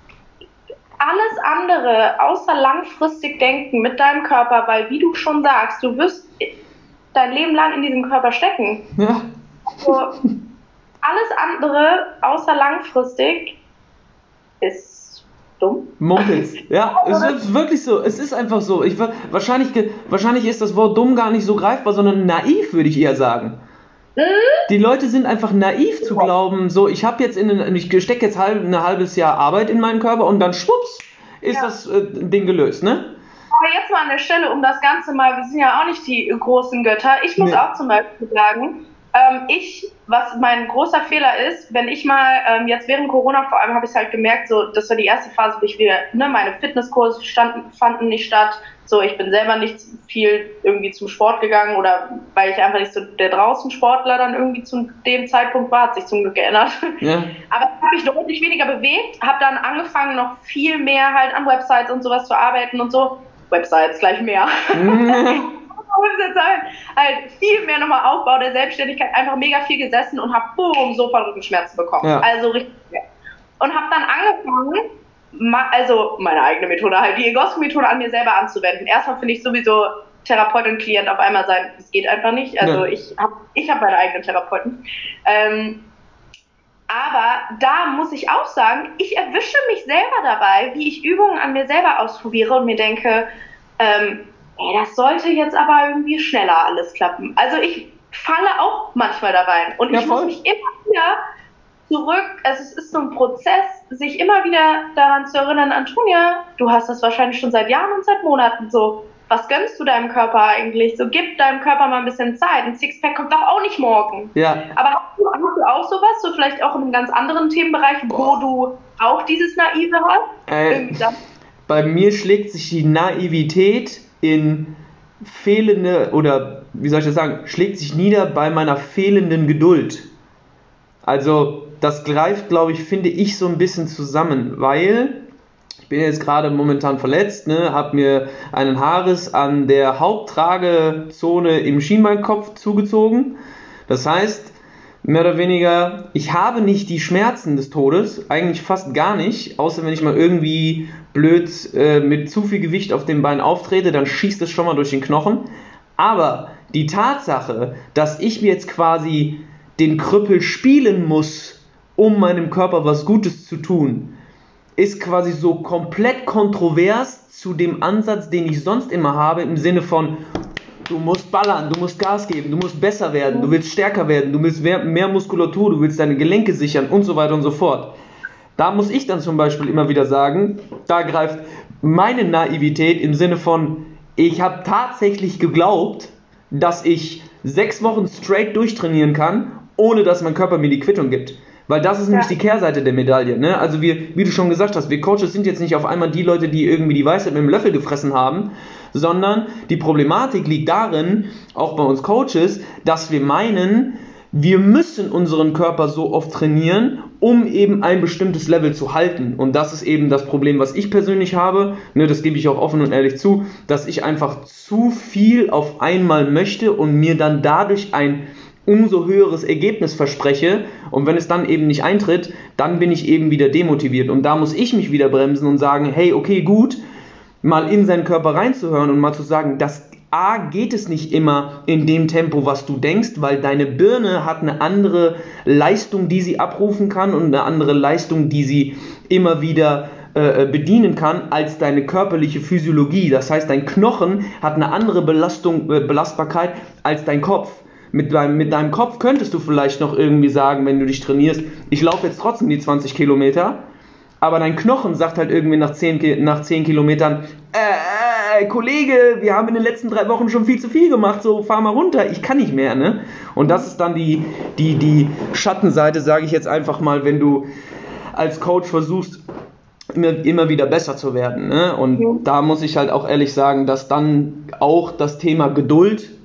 alles andere außer langfristig denken mit deinem Körper, weil wie du schon sagst, du wirst dein Leben lang in diesem Körper stecken. Ja. Also, alles andere außer langfristig ist dumm. Mumpels. Ja, es ist wirklich so. Es ist einfach so. Ich, wahrscheinlich, wahrscheinlich ist das Wort dumm gar nicht so greifbar, sondern naiv, würde ich eher sagen. Die Leute sind einfach naiv zu glauben, so ich habe jetzt in den, ich stecke jetzt halb, ein halbes Jahr Arbeit in meinen Körper und dann schwupps ist ja. das äh, Ding gelöst, ne? Aber jetzt mal an der Stelle, um das Ganze mal, wir sind ja auch nicht die großen Götter, ich muss nee. auch zum Beispiel sagen, ähm, ich, was mein großer Fehler ist, wenn ich mal, ähm, jetzt während Corona vor allem habe ich halt gemerkt, so das war die erste Phase, wo ich wieder, ne, meine Fitnesskurse standen, fanden nicht statt, so ich bin selber nicht viel irgendwie zum Sport gegangen oder weil ich einfach nicht so der Draußensportler dann irgendwie zu dem Zeitpunkt war, hat sich zum Glück geändert. Ja. Aber ich habe mich deutlich weniger bewegt, habe dann angefangen noch viel mehr halt an Websites und sowas zu arbeiten und so. Websites gleich mehr. Mhm. halt viel mehr nochmal Aufbau der Selbstständigkeit, einfach mega viel gesessen und habe boom, sofort Rückenschmerzen bekommen. Ja. Also richtig. Und habe dann angefangen, also meine eigene Methode halt, die Egoscue-Methode an mir selber anzuwenden. Erstmal finde ich sowieso Therapeut und Klient auf einmal sein, das geht einfach nicht. Also ja. ich habe ich hab meine eigenen Therapeuten. Ähm, aber da muss ich auch sagen, ich erwische mich selber dabei, wie ich Übungen an mir selber ausprobiere und mir denke, ähm, ey, das sollte jetzt aber irgendwie schneller alles klappen. Also ich falle auch manchmal da rein und ja, ich muss mich immer wieder zurück, also es ist so ein Prozess, sich immer wieder daran zu erinnern, Antonia, du hast das wahrscheinlich schon seit Jahren und seit Monaten so, was gönnst du deinem Körper eigentlich? So, gib deinem Körper mal ein bisschen Zeit, ein Sixpack kommt doch auch nicht morgen. Ja. Aber hast du, hast du auch sowas, so vielleicht auch in einem ganz anderen Themenbereich, wo du auch dieses Naive hast? Äh, bei mir schlägt sich die Naivität in fehlende, oder wie soll ich das sagen, schlägt sich nieder bei meiner fehlenden Geduld. Also das greift, glaube ich, finde ich so ein bisschen zusammen, weil ich bin jetzt gerade momentan verletzt, ne, habe mir einen Haarriss an der Haupttragezone im Schienbeinkopf zugezogen. Das heißt, mehr oder weniger, ich habe nicht die Schmerzen des Todes, eigentlich fast gar nicht, außer wenn ich mal irgendwie blöd äh, mit zu viel Gewicht auf dem Bein auftrete, dann schießt es schon mal durch den Knochen. Aber die Tatsache, dass ich mir jetzt quasi den Krüppel spielen muss, um meinem Körper was Gutes zu tun, ist quasi so komplett kontrovers zu dem Ansatz, den ich sonst immer habe, im Sinne von, du musst ballern, du musst Gas geben, du musst besser werden, du willst stärker werden, du willst mehr, mehr Muskulatur, du willst deine Gelenke sichern und so weiter und so fort. Da muss ich dann zum Beispiel immer wieder sagen, da greift meine Naivität im Sinne von, ich habe tatsächlich geglaubt, dass ich sechs Wochen straight durchtrainieren kann, ohne dass mein Körper mir die Quittung gibt. Weil das ist ja. nämlich die Kehrseite der Medaille. Ne? Also wir, wie du schon gesagt hast, wir Coaches sind jetzt nicht auf einmal die Leute, die irgendwie die Weisheit mit dem Löffel gefressen haben, sondern die Problematik liegt darin, auch bei uns Coaches, dass wir meinen, wir müssen unseren Körper so oft trainieren, um eben ein bestimmtes Level zu halten. Und das ist eben das Problem, was ich persönlich habe. Ne, das gebe ich auch offen und ehrlich zu, dass ich einfach zu viel auf einmal möchte und mir dann dadurch ein umso höheres Ergebnis verspreche, und wenn es dann eben nicht eintritt, dann bin ich eben wieder demotiviert, und da muss ich mich wieder bremsen und sagen, hey, okay, gut, mal in seinen Körper reinzuhören und mal zu sagen, das A, geht es nicht immer in dem Tempo, was du denkst, weil deine Birne hat eine andere Leistung, die sie abrufen kann, und eine andere Leistung, die sie immer wieder äh, bedienen kann, als deine körperliche Physiologie. Das heißt, dein Knochen hat eine andere Belastung, äh, Belastbarkeit als dein Kopf. Mit deinem, mit deinem Kopf könntest du vielleicht noch irgendwie sagen, wenn du dich trainierst, ich laufe jetzt trotzdem die zwanzig Kilometer, aber dein Knochen sagt halt irgendwie nach zehn, nach zehn Kilometern, äh, äh, Kollege, wir haben in den letzten drei Wochen schon viel zu viel gemacht, so fahr mal runter, ich kann nicht mehr, ne? Und das ist dann die, die, die Schattenseite, sage ich jetzt einfach mal, wenn du als Coach versuchst, immer, immer wieder besser zu werden, ne? Und ja. da muss ich halt auch ehrlich sagen, dass dann auch das Thema Geduld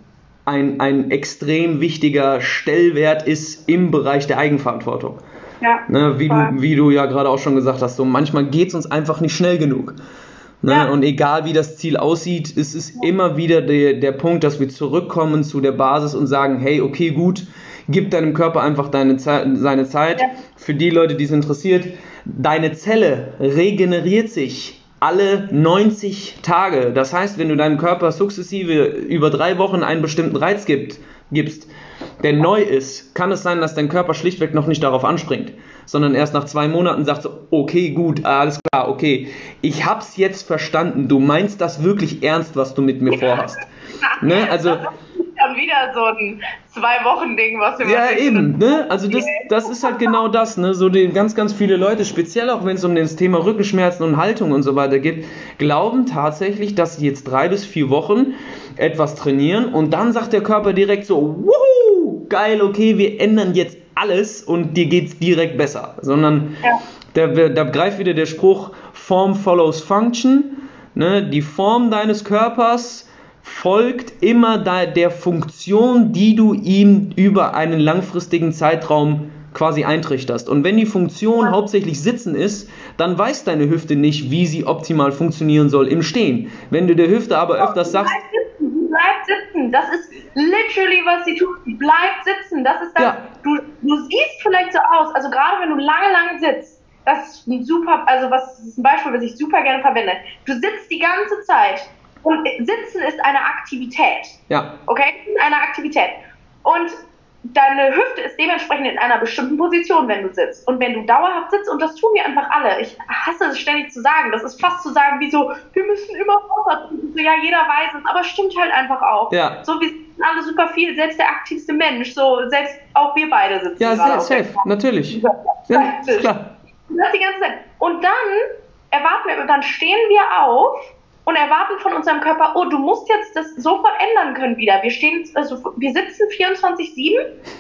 ein, ein extrem wichtiger Stellwert ist im Bereich der Eigenverantwortung. Ja, ne, wie, du, wie du ja gerade auch schon gesagt hast, so manchmal geht es uns einfach nicht schnell genug. Ne? Ja. Und egal wie das Ziel aussieht, es ist ja. immer wieder der, der Punkt, dass wir zurückkommen zu der Basis und sagen, hey, okay, gut, gib deinem Körper einfach deine Ze- seine Zeit. Ja. Für die Leute, die es interessiert, deine Zelle regeneriert sich alle neunzig Tage. Das heißt, wenn du deinem Körper sukzessive über drei Wochen einen bestimmten Reiz gibt, gibst, der neu ist, kann es sein, dass dein Körper schlichtweg noch nicht darauf anspringt, sondern erst nach zwei Monaten sagt so, okay, gut, alles klar, okay, ich hab's jetzt verstanden, du meinst das wirklich ernst, was du mit mir vorhast. Ne? Also dann wieder so ein Zwei-Wochen-Ding, was wir Ja, eben, ne? Also das, das ist halt genau das, ne? So die ganz, ganz viele Leute, speziell auch wenn es um das Thema Rückenschmerzen und Haltung und so weiter geht, glauben tatsächlich, dass sie jetzt drei bis vier Wochen etwas trainieren und dann sagt der Körper direkt so, wuhu, geil, okay, wir ändern jetzt alles und dir geht's direkt besser. Sondern ja. da, da greift wieder der Spruch, Form follows Function, ne? Die Form deines Körpers folgt immer der Funktion, die du ihm über einen langfristigen Zeitraum quasi eintrichterst. Und wenn die Funktion hauptsächlich Sitzen ist, dann weiß deine Hüfte nicht, wie sie optimal funktionieren soll im Stehen. Wenn du der Hüfte aber öfters sagst... Bleib sitzen, bleib sitzen. Das ist literally, was sie tut. Bleib sitzen. Das ist das. Ja. Du, du siehst vielleicht so aus, also gerade wenn du lange, lange sitzt, das ist ein super, also was ist ein Beispiel, was ich super gerne verwende. Du sitzt die ganze Zeit. Und Sitzen ist eine Aktivität. Ja. Okay? Eine Aktivität. Und deine Hüfte ist dementsprechend in einer bestimmten Position, wenn du sitzt. Und wenn du dauerhaft sitzt, und das tun wir einfach alle, ich hasse es ständig zu sagen, das ist fast zu sagen wie so, wir müssen immer Wasser trinken. So, ja, jeder weiß es, aber stimmt halt einfach auch. Ja. So, wir sitzen alle super viel, selbst der aktivste Mensch, so, selbst auch wir beide sitzen. Ja, safe, safe. natürlich. Ja, ist klar. Das die ganze Zeit. Und dann erwarten wir, dann stehen wir auf, und erwarten von unserem Körper, oh, du musst jetzt das sofort ändern können wieder. Wir stehen, also wir sitzen vierundzwanzig sieben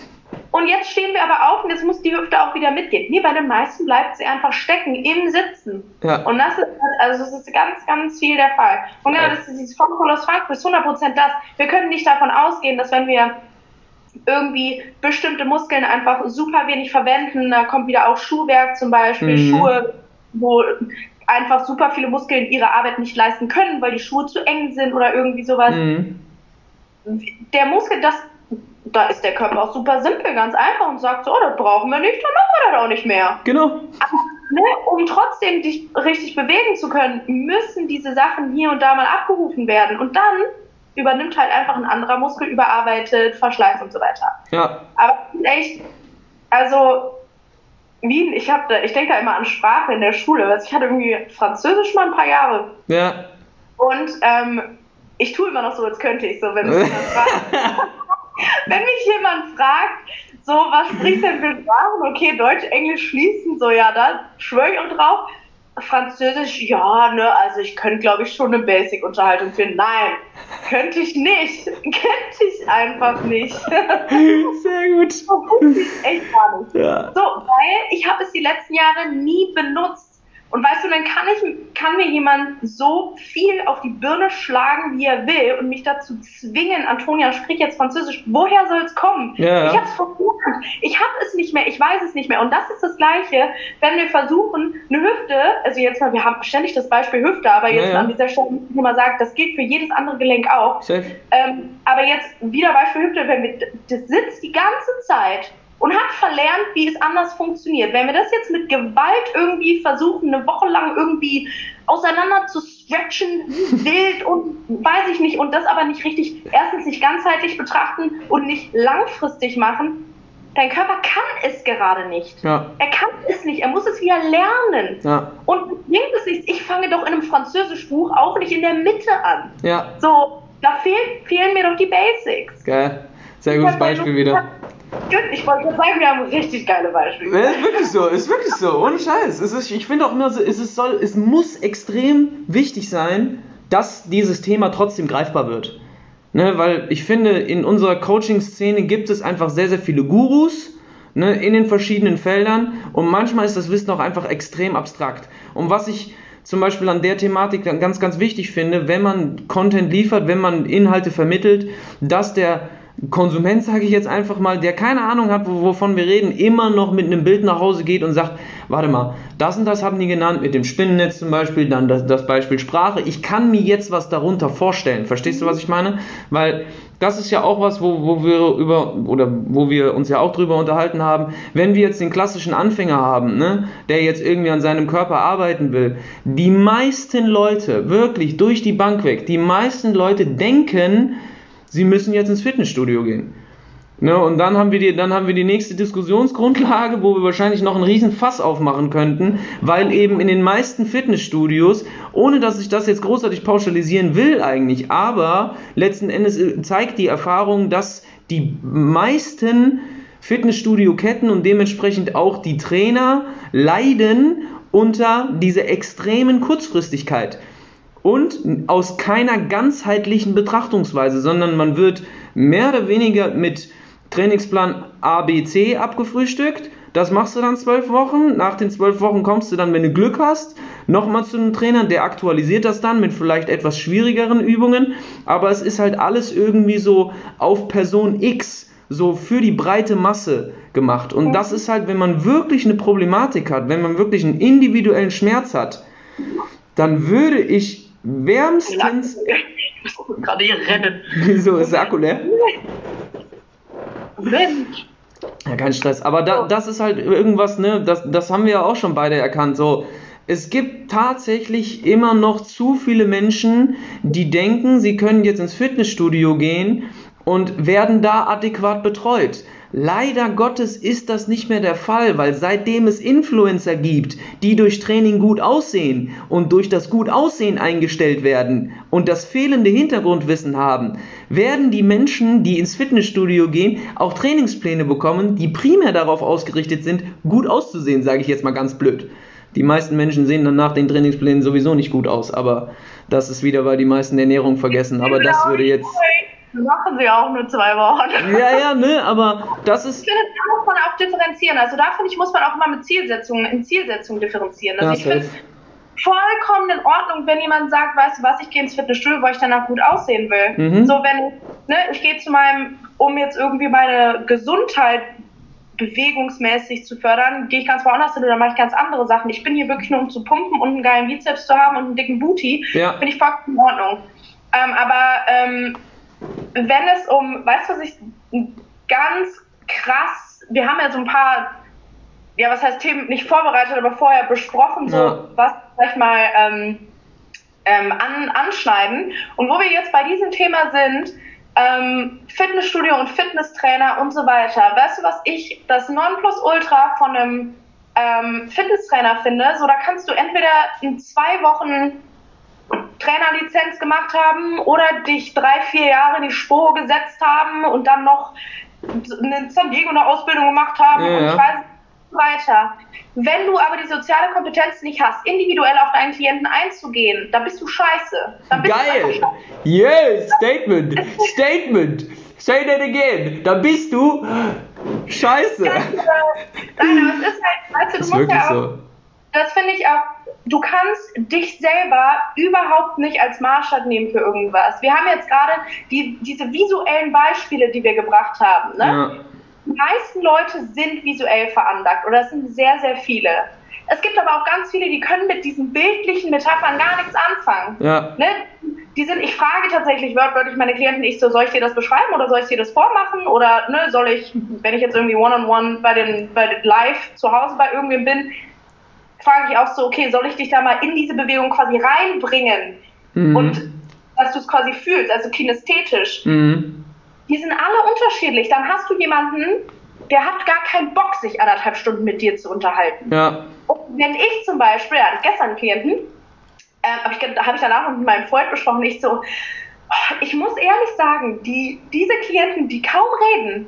und jetzt stehen wir aber auf und jetzt muss die Hüfte auch wieder mitgehen. Nee, bei den meisten bleibt sie einfach stecken im Sitzen. Ja. Und das ist, also das ist ganz, ganz viel der Fall. Und ja, das ist dieses Form follows Function, ist hundert Prozent das. Wir können nicht davon ausgehen, dass wenn wir irgendwie bestimmte Muskeln einfach super wenig verwenden, da kommt wieder auch Schuhwerk zum Beispiel, mhm. Schuhe, wo einfach super viele Muskeln ihre Arbeit nicht leisten können, weil die Schuhe zu eng sind oder irgendwie sowas. Mhm. Der Muskel, das, da ist der Körper auch super simpel, ganz einfach und sagt so, oh, das brauchen wir nicht, dann machen wir das auch nicht mehr. Genau. Aber, ne, um trotzdem dich richtig bewegen zu können, müssen diese Sachen hier und da mal abgerufen werden und dann übernimmt halt einfach ein anderer Muskel, überarbeitet, verschleißt und so weiter. Ja. Aber echt, also Wie, ich, hab da, ich denke da immer an Sprache in der Schule. Also ich hatte irgendwie Französisch mal ein paar Jahre. Ja. Und ähm, ich tue immer noch so, als könnte ich so, wenn mich jemand fragt. Wenn mich jemand fragt, so, was sprichst du denn für Sprachen? Okay, Deutsch, Englisch schließen, so, ja, da schwöre ich und drauf. Französisch, ja, ne, also ich könnte, glaube ich, schon eine Basic-Unterhaltung finden. Nein, könnte ich nicht. Könnte ich einfach nicht. Sehr gut. Das wusste ich echt gar nicht. Ja. So, weil ich habe es die letzten Jahre nie benutzt. Und weißt du, dann kann ich, kann mir jemand so viel auf die Birne schlagen, wie er will und mich dazu zwingen, Antonia, sprich jetzt Französisch. Woher soll es kommen? Ja. Ich habe es versucht. Ich habe es nicht mehr. Ich weiß es nicht mehr. Und das ist das Gleiche, wenn wir versuchen, eine Hüfte, also jetzt mal, wir haben ständig das Beispiel Hüfte, aber jetzt ja, ja. an dieser Stelle muss ich mal sagen, das gilt für jedes andere Gelenk auch. Ähm, aber jetzt wieder Beispiel Hüfte, wenn wir, das sitzt die ganze Zeit und hat verlernt, wie es anders funktioniert. Wenn wir das jetzt mit Gewalt irgendwie versuchen, eine Woche lang irgendwie auseinander zu stretchen, wild und weiß ich nicht, und das aber nicht richtig, erstens nicht ganzheitlich betrachten und nicht langfristig machen, dein Körper kann es gerade nicht. Ja. Er kann es nicht, er muss es wieder lernen. Ja. Und bringt es nichts, ich fange doch in einem Französischbuch auch nicht in der Mitte an. Ja. So, da fehlen, fehlen mir doch die Basics. Geil, sehr gutes Beispiel wieder. Ich wollte sagen, wir haben richtig geile Beispiele. Ja, ist wirklich so, ist wirklich so, ohne Scheiß. Es ist, ich finde auch immer so, es, ist, soll, es muss extrem wichtig sein, dass dieses Thema trotzdem greifbar wird. Ne, weil ich finde, in unserer Coaching-Szene gibt es einfach sehr, sehr viele Gurus, ne, in den verschiedenen Feldern, und manchmal ist das Wissen auch einfach extrem abstrakt. Und was ich zum Beispiel an der Thematik dann ganz, ganz wichtig finde, wenn man Content liefert, wenn man Inhalte vermittelt, dass der Konsument, sage ich jetzt einfach mal, der keine Ahnung hat, wovon wir reden, immer noch mit einem Bild nach Hause geht und sagt, warte mal, das und das haben die genannt, mit dem Spinnennetz zum Beispiel, dann das, das Beispiel Sprache, ich kann mir jetzt was darunter vorstellen, verstehst du, was ich meine? Weil das ist ja auch was, wo, wo wir über, oder wo wir uns ja auch drüber unterhalten haben, wenn wir jetzt den klassischen Anfänger haben, ne, der jetzt irgendwie an seinem Körper arbeiten will, die meisten Leute, wirklich durch die Bank weg, die meisten Leute denken, sie müssen jetzt ins Fitnessstudio gehen. Ne, und dann haben wir die, dann haben wir die nächste Diskussionsgrundlage, wo wir wahrscheinlich noch einen riesen Fass aufmachen könnten, weil eben in den meisten Fitnessstudios, ohne dass ich das jetzt großartig pauschalisieren will eigentlich, aber letzten Endes zeigt die Erfahrung, dass die meisten Fitnessstudio-Ketten und dementsprechend auch die Trainer leiden unter dieser extremen Kurzfristigkeit. Und aus keiner ganzheitlichen Betrachtungsweise, sondern man wird mehr oder weniger mit Trainingsplan A, B, C abgefrühstückt. Das machst du dann zwölf Wochen. Nach den zwölf Wochen kommst du dann, wenn du Glück hast, nochmal zu einem Trainer, der aktualisiert das dann mit vielleicht etwas schwierigeren Übungen. Aber es ist halt alles irgendwie so auf Person X, so für die breite Masse gemacht. Und das ist halt, wenn man wirklich eine Problematik hat, wenn man wirklich einen individuellen Schmerz hat, dann würde ich wärmstens... Ich muss gerade hier rennen. Wieso ist der Akku leer? Mensch. Ja, kein Stress. Aber da, das ist halt irgendwas, ne, das, das haben wir ja auch schon beide erkannt. So, es gibt tatsächlich immer noch zu viele Menschen, die denken, sie können jetzt ins Fitnessstudio gehen und werden da adäquat betreut. Leider Gottes ist das nicht mehr der Fall, weil seitdem es Influencer gibt, die durch Training gut aussehen und durch das gut Aussehen eingestellt werden und das fehlende Hintergrundwissen haben, werden die Menschen, die ins Fitnessstudio gehen, auch Trainingspläne bekommen, die primär darauf ausgerichtet sind, gut auszusehen, sage ich jetzt mal ganz blöd. Die meisten Menschen sehen dann nach den Trainingsplänen sowieso nicht gut aus, aber das ist wieder, weil die meisten Ernährung vergessen, aber das würde jetzt... Machen sie auch nur zwei Wochen. Ja, ja, ne, aber das ist... Ich finde, da muss man auch differenzieren. Also da finde ich, muss man auch mal mit Zielsetzungen, in Zielsetzungen differenzieren. Also ja, ich finde vollkommen in Ordnung, wenn jemand sagt, weißt du was, ich gehe ins Fitnessstudio, weil ich danach gut aussehen will. Mhm. So, wenn, ne, ich gehe zu meinem, um jetzt irgendwie meine Gesundheit bewegungsmäßig zu fördern, gehe ich ganz woanders hin oder mache ich ganz andere Sachen. Ich bin hier wirklich nur, um zu pumpen und einen geilen Bizeps zu haben und einen dicken Booty. Ja. Finde ich vollkommen in Ordnung. Ähm, aber, ähm, wenn es um, weißt du, was ich ganz krass, wir haben ja so ein paar, ja, was heißt Themen nicht vorbereitet, aber vorher besprochen, so ja. was vielleicht mal ähm, ähm, an, anschneiden. Und wo wir jetzt bei diesem Thema sind, ähm, Fitnessstudio und Fitnesstrainer und so weiter. Weißt du, was ich das Nonplusultra von einem ähm, Fitnesstrainer finde? So, da kannst du entweder in zwei Wochen Trainerlizenz gemacht haben oder dich drei, vier Jahre in die Spur gesetzt haben und dann noch in San Diego eine Ausbildung gemacht haben ja, und ich weiß nicht weiter. Wenn du aber die soziale Kompetenz nicht hast, individuell auf deinen Klienten einzugehen, dann bist du scheiße. Dann bist Geil! Du scheiße. Yes! Statement! Statement! Say that again! Da bist du scheiße! Nein, aber es ist halt, weißt du, du musst ja auch, so. Das finde ich auch, du kannst dich selber überhaupt nicht als Maßstab nehmen für irgendwas. Wir haben jetzt gerade die, diese visuellen Beispiele, die wir gebracht haben. Ne? Ja. Die meisten Leute sind visuell veranlagt oder es sind sehr, sehr viele. Es gibt aber auch ganz viele, die können mit diesen bildlichen Metaphern gar nichts anfangen. Ja. Ne? Die sind, ich frage tatsächlich wörtlich meine Klienten nicht so, soll ich dir das beschreiben oder soll ich dir das vormachen oder ne, soll ich, wenn ich jetzt irgendwie one-on-one bei den, bei den live zu Hause bei irgendwem bin, frage ich auch so, okay, soll ich dich da mal in diese Bewegung quasi reinbringen mhm. und dass du es quasi fühlst, also kinästhetisch. Mhm. Die sind alle unterschiedlich. Dann hast du jemanden, der hat gar keinen Bock, sich anderthalb Stunden mit dir zu unterhalten. Ja. Und wenn ich zum Beispiel, ja, hatte ich gestern einen Klienten, äh, habe ich, hab ich danach noch mit meinem Freund besprochen, ich so, oh, ich muss ehrlich sagen, die, diese Klienten, die kaum reden,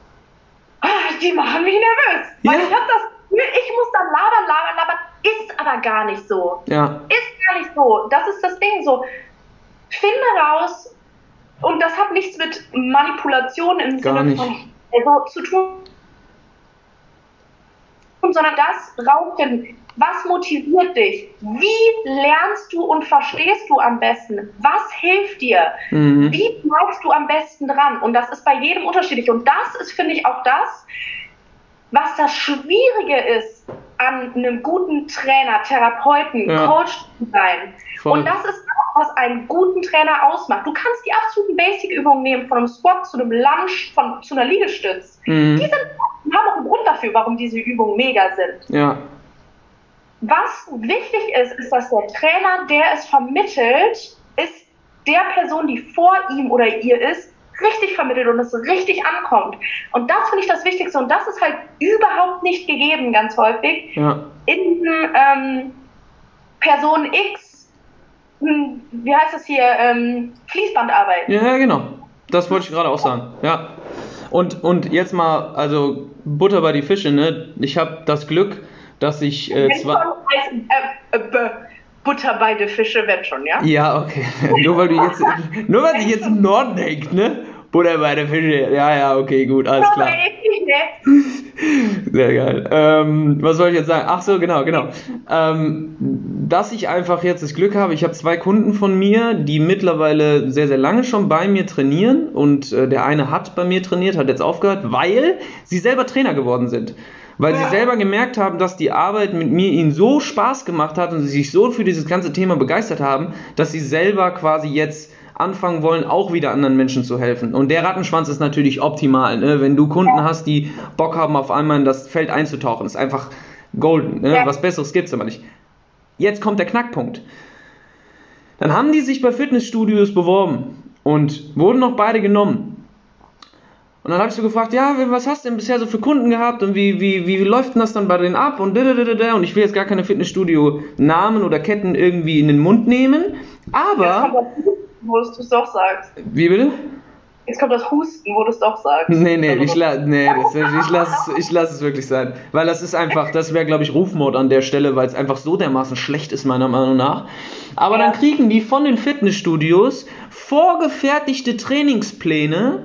oh, die machen mich nervös. Ja. Weil ich habe das ich muss dann labern, labern, labern, ist aber gar nicht so. Ja. Ist gar nicht so. Das ist das Ding so. Finde raus, und das hat nichts mit Manipulation im gar Sinne nicht. von also, zu tun, sondern das rausfinden. Was motiviert dich? Wie lernst du und verstehst du am besten? Was hilft dir? Mhm. Wie bleibst du am besten dran? Und das ist bei jedem unterschiedlich. Und das ist, finde ich, auch das, was das Schwierige ist, an einem guten Trainer, Therapeuten, ja. Coach zu sein. Voll. Und das ist auch, was einen guten Trainer ausmacht. Du kannst die absoluten Basic-Übungen nehmen, von einem Squat zu einem Lunge, von, zu einer Liegestütz. Mhm. Die, sind, die haben auch einen Grund dafür, warum diese Übungen mega sind. Ja. Was wichtig ist, ist, dass der Trainer, der es vermittelt, ist der Person, die vor ihm oder ihr ist, richtig vermittelt und es richtig ankommt. Und das finde ich das Wichtigste. Und das ist halt überhaupt nicht gegeben, ganz häufig. Ja. In ähm, Person X, hm, wie heißt das hier, ähm, Fließbandarbeit. Ja, genau. Das wollte ich gerade auch sagen. Ja. Und, und jetzt mal, also Butter bei die Fische, ne? Ich habe das Glück, dass ich äh, zwar... Äh, äh, Butter bei die Fische, wenn schon, ja? Ja, okay. nur weil du jetzt, nur weil ich jetzt im Norden denkt, ne? Butter bei die Fische. Ja, ja, okay, gut, alles klar. Sehr geil. Ähm, was soll ich jetzt sagen? Ach so, genau, genau. Ähm, dass ich einfach jetzt das Glück habe, ich habe zwei Kunden von mir, die mittlerweile sehr, sehr lange schon bei mir trainieren und äh, der eine hat bei mir trainiert, hat jetzt aufgehört, weil sie selber Trainer geworden sind. Weil sie selber gemerkt haben, dass die Arbeit mit mir ihnen so Spaß gemacht hat und sie sich so für dieses ganze Thema begeistert haben, dass sie selber quasi jetzt anfangen wollen, auch wieder anderen Menschen zu helfen. Und der Rattenschwanz ist natürlich optimal, ne? Wenn du Kunden hast, die Bock haben, auf einmal in das Feld einzutauchen. Ist einfach golden, ne? Was Besseres gibt's aber nicht. Jetzt kommt der Knackpunkt. Dann haben die sich bei Fitnessstudios beworben und wurden noch beide genommen. Und dann habe ich so gefragt, ja, was hast du denn bisher so für Kunden gehabt und wie, wie, wie, wie läuft denn das dann bei denen ab und da, und ich will jetzt gar keine Fitnessstudio-Namen oder Ketten irgendwie in den Mund nehmen, aber... Jetzt kommt das Husten, wo du es doch sagst. Wie bitte? Jetzt kommt das Husten, wo du es doch sagst. Nee, nee, ich, la nee das, ich lasse es, ich lass es wirklich sein, weil das ist einfach, das wäre glaube ich Rufmord an der Stelle, weil es einfach so dermaßen schlecht ist meiner Meinung nach. Aber ja. Dann kriegen die von den Fitnessstudios vorgefertigte Trainingspläne,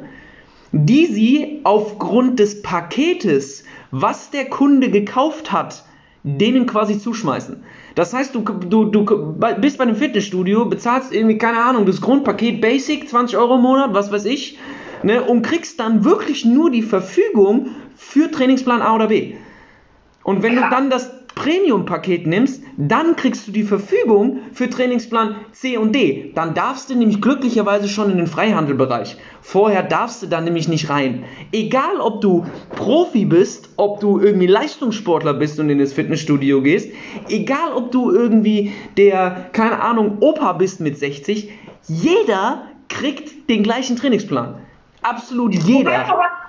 die sie aufgrund des Paketes, was der Kunde gekauft hat, denen quasi zuschmeißen. Das heißt, du, du, du bist bei einem Fitnessstudio, bezahlst irgendwie, keine Ahnung, das Grundpaket Basic, zwanzig Euro im Monat, was weiß ich, ne, und kriegst dann wirklich nur die Verfügung für Trainingsplan A oder B. Und wenn du dann das Premium-Paket nimmst, dann kriegst du die Verfügung für Trainingsplan C und D. Dann darfst du nämlich glücklicherweise schon in den Freihandelbereich. Vorher darfst du da nämlich nicht rein. Egal, ob du Profi bist, ob du irgendwie Leistungssportler bist und in das Fitnessstudio gehst, egal, ob du irgendwie der, keine Ahnung, Opa bist mit sechzig, jeder kriegt den gleichen Trainingsplan. Absolut jeder.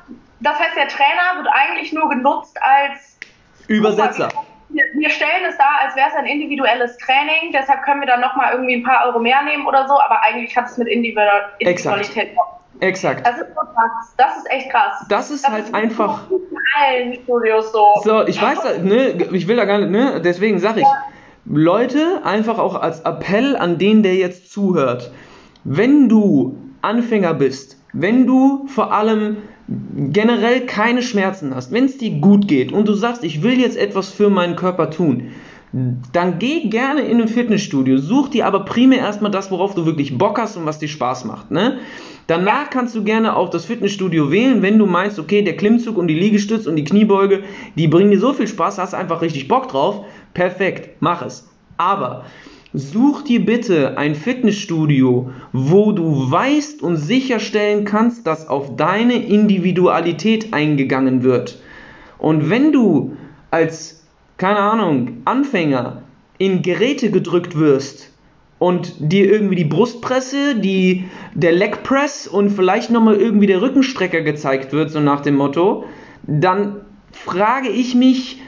Das heißt, der Trainer wird eigentlich nur genutzt als Übersetzer. Wir, wir stellen es dar, als wäre es ein individuelles Training, deshalb können wir dann nochmal irgendwie ein paar Euro mehr nehmen oder so, aber eigentlich hat es mit Individualität. Exakt. Exakt. Das ist so krass. Das ist echt krass. Das ist das halt ist einfach. In allen Studios so. So, ich weiß, ne, ich will da gar nicht, ne, deswegen sage ich, ja. Leute, einfach auch als Appell an den, der jetzt zuhört, wenn du Anfänger bist, wenn du vor allem generell keine Schmerzen hast, wenn es dir gut geht und du sagst, ich will jetzt etwas für meinen Körper tun, dann geh gerne in ein Fitnessstudio, such dir aber primär erstmal das, worauf du wirklich Bock hast und was dir Spaß macht, ne? Danach kannst du gerne auch das Fitnessstudio wählen, wenn du meinst, okay, der Klimmzug und die Liegestütz und die Kniebeuge, die bringen dir so viel Spaß, hast einfach richtig Bock drauf, perfekt, mach es. Aber such dir bitte ein Fitnessstudio, wo du weißt und sicherstellen kannst, dass auf deine Individualität eingegangen wird. Und wenn du als, keine Ahnung, Anfänger in Geräte gedrückt wirst und dir irgendwie die Brustpresse, die, der Leg Press und vielleicht nochmal irgendwie der Rückenstrecker gezeigt wird, so nach dem Motto, dann frage ich mich,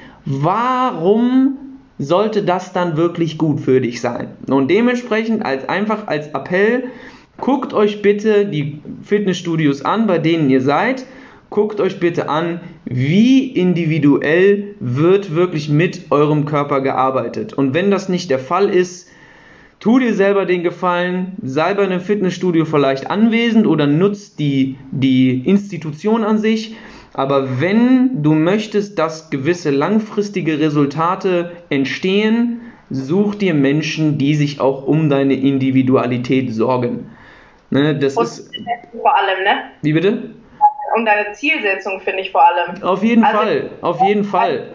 warum sollte das dann wirklich gut für dich sein? Und dementsprechend als einfach als Appell, guckt euch bitte die Fitnessstudios an, bei denen ihr seid. Guckt euch bitte an, wie individuell wird wirklich mit eurem Körper gearbeitet. Und wenn das nicht der Fall ist, tu dir selber den Gefallen, sei bei einem Fitnessstudio vielleicht anwesend oder nutzt die, die Institution an sich. Aber wenn du möchtest, dass gewisse langfristige Resultate entstehen, such dir Menschen, die sich auch um deine Individualität sorgen. Ne, das Und ist vor allem, ne? Wie bitte? Um deine Zielsetzung, finde ich vor allem. Auf jeden also, Fall, auf jeden Fall.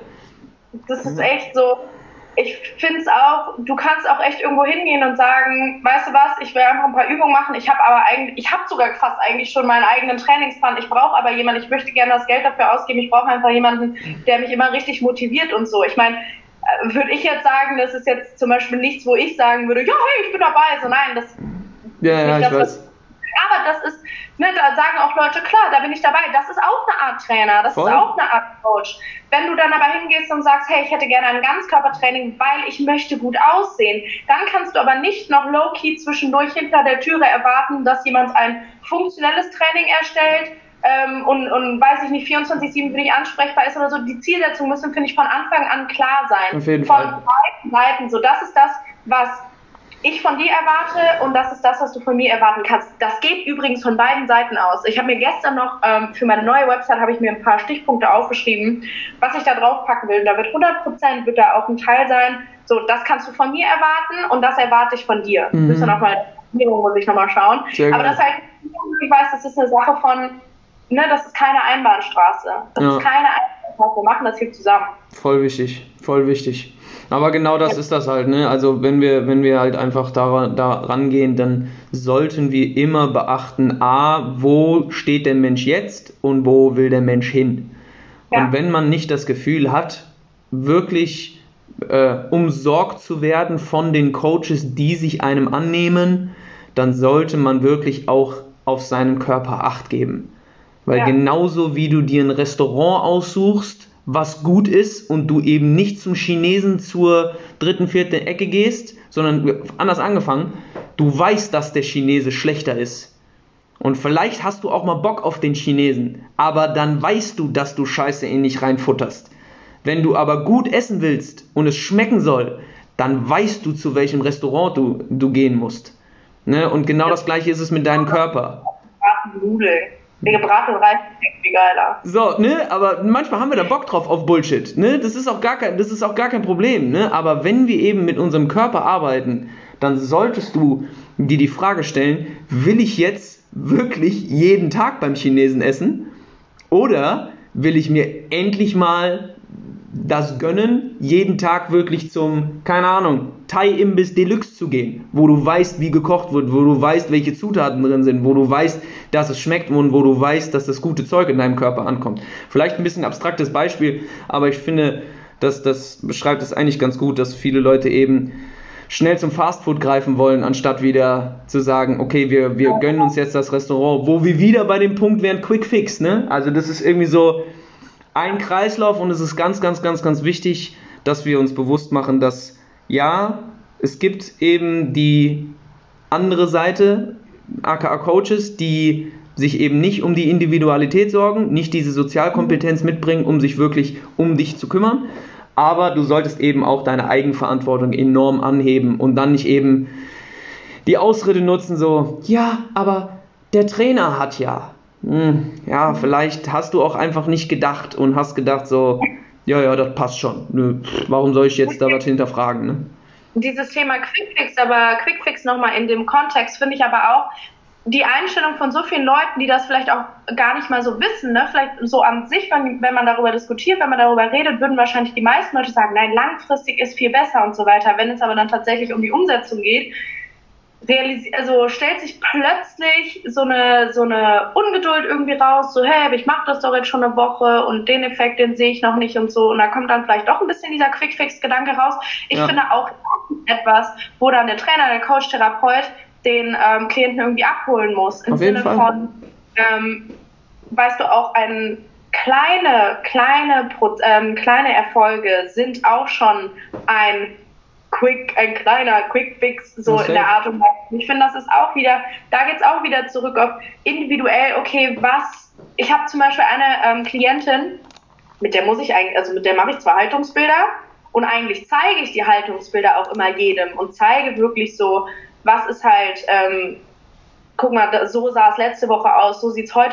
Das ist echt so, ich finde es auch, du kannst auch echt irgendwo hingehen und sagen, weißt du was, ich will einfach ein paar Übungen machen, ich habe aber eigentlich, ich habe sogar fast eigentlich schon meinen eigenen Trainingsplan, ich brauche aber jemanden, ich möchte gerne das Geld dafür ausgeben, ich brauche einfach jemanden, der mich immer richtig motiviert und so. Ich meine, würde ich jetzt sagen, das ist jetzt zum Beispiel nichts, wo ich sagen würde, ja, hey, ich bin dabei, so nein, das ja, ist ja, nicht ich das, weiß. was, aber das ist, ne, da sagen auch Leute, klar, da bin ich dabei, das ist auch eine Art Trainer, das Voll. ist auch eine Art Coach. Wenn du dann aber hingehst und sagst, hey, ich hätte gerne ein Ganzkörpertraining, weil ich möchte gut aussehen, dann kannst du aber nicht noch low-key zwischendurch hinter der Türe erwarten, dass jemand ein funktionelles Training erstellt, ähm, und, und weiß ich nicht, vierundzwanzig sieben für dich ansprechbar ist oder so. Die Zielsetzungen müssen, finde ich, von Anfang an klar sein. Auf jeden von Fall. beiden Seiten. So, das ist das, was ich von dir erwarte und das ist das, was du von mir erwarten kannst. Das geht übrigens von beiden Seiten aus. Ich habe mir gestern noch, ähm, für meine neue Website habe ich mir ein paar Stichpunkte aufgeschrieben, was ich da drauf packen will. Da wird hundert Prozent wird da auch ein Teil sein. So, das kannst du von mir erwarten und das erwarte ich von dir. Mhm. Müssen wir nochmal, muss ich nochmal schauen. Sehr Aber das halt, ich weiß, das ist eine Sache von, ne, das ist keine Einbahnstraße. Das Ja. ist keine Einbahnstraße. Wir machen das hier zusammen. Voll wichtig, voll wichtig. Aber genau das ist das halt, ne? Also wenn wir, wenn wir halt einfach da, da rangehen, dann sollten wir immer beachten, a, wo steht der Mensch jetzt und wo will der Mensch hin? Ja. Und wenn man nicht das Gefühl hat, wirklich äh, umsorgt zu werden von den Coaches, die sich einem annehmen, dann sollte man wirklich auch auf seinen Körper Acht geben. Weil ja. genauso wie du dir ein Restaurant aussuchst, was gut ist und du eben nicht zum Chinesen zur dritten, vierten Ecke gehst, sondern anders angefangen, du weißt, dass der Chinese schlechter ist. Und vielleicht hast du auch mal Bock auf den Chinesen, aber dann weißt du, dass du Scheiße in dich reinfutterst. Wenn du aber gut essen willst und es schmecken soll, dann weißt du, zu welchem Restaurant du, du gehen musst. Ne? Und genau das Gleiche ist es mit deinem Körper. Nudeln. Der gebratene Reis ist viel geiler. So, ne, aber manchmal haben wir da Bock drauf auf Bullshit, ne, das ist auch gar kein, das ist auch gar kein Problem, ne, aber wenn wir eben mit unserem Körper arbeiten, dann solltest du dir die Frage stellen, will ich jetzt wirklich jeden Tag beim Chinesen essen oder will ich mir endlich mal das gönnen, jeden Tag wirklich zum, keine Ahnung, Thai-Imbiss Deluxe zu gehen, wo du weißt, wie gekocht wird, wo du weißt, welche Zutaten drin sind, wo du weißt, dass es schmeckt und wo du weißt, dass das gute Zeug in deinem Körper ankommt. Vielleicht ein bisschen abstraktes Beispiel, aber ich finde, dass das beschreibt es eigentlich ganz gut, dass viele Leute eben schnell zum Fastfood greifen wollen, anstatt wieder zu sagen, okay, wir, wir gönnen uns jetzt das Restaurant, wo wir wieder bei dem Punkt wären, Quick Fix, ne? Also das ist irgendwie so ein Kreislauf und es ist ganz, ganz, ganz, ganz wichtig, dass wir uns bewusst machen, dass ja, es gibt eben die andere Seite, aka Coaches, die sich eben nicht um die Individualität sorgen, nicht diese Sozialkompetenz mitbringen, um sich wirklich um dich zu kümmern, aber du solltest eben auch deine Eigenverantwortung enorm anheben und dann nicht eben die Ausrede nutzen, so, ja, aber der Trainer hat ja. Hm, ja, vielleicht hast du auch einfach nicht gedacht und hast gedacht so, ja, ja, das passt schon. Nö, warum soll ich jetzt da was hinterfragen, ne? Dieses Thema Quickfix, aber Quickfix nochmal in dem Kontext finde ich aber auch die Einstellung von so vielen Leuten, die das vielleicht auch gar nicht mal so wissen, ne? Vielleicht so an sich, wenn, wenn man darüber diskutiert, wenn man darüber redet, würden wahrscheinlich die meisten Leute sagen, nein, langfristig ist viel besser und so weiter. Wenn es aber dann tatsächlich um die Umsetzung geht, realisi- also stellt sich plötzlich so eine, so eine Ungeduld irgendwie raus, so, hey, ich mache das doch jetzt schon eine Woche und den Effekt, den sehe ich noch nicht und so. Und da kommt dann vielleicht doch ein bisschen dieser Quickfix-Gedanke raus. Ich ja. finde auch etwas, wo dann der Trainer, der Coach, Therapeut den ähm, Klienten irgendwie abholen muss. Im Auf jeden Sinne Fall. von, ähm, weißt du, auch ein kleine, kleine, ähm, kleine Erfolge sind auch schon ein Quick, ein kleiner Quick-Fix, so okay. in der Art und Weise. Ich finde, das ist auch wieder, da geht es auch wieder zurück auf individuell, okay, was, ich habe zum Beispiel eine ähm, Klientin, mit der muss ich eigentlich, also mit der mache ich zwar Haltungsbilder und eigentlich zeige ich die Haltungsbilder auch immer jedem und zeige wirklich so, was ist halt, ähm, guck mal, so sah es letzte Woche aus, so sieht es heute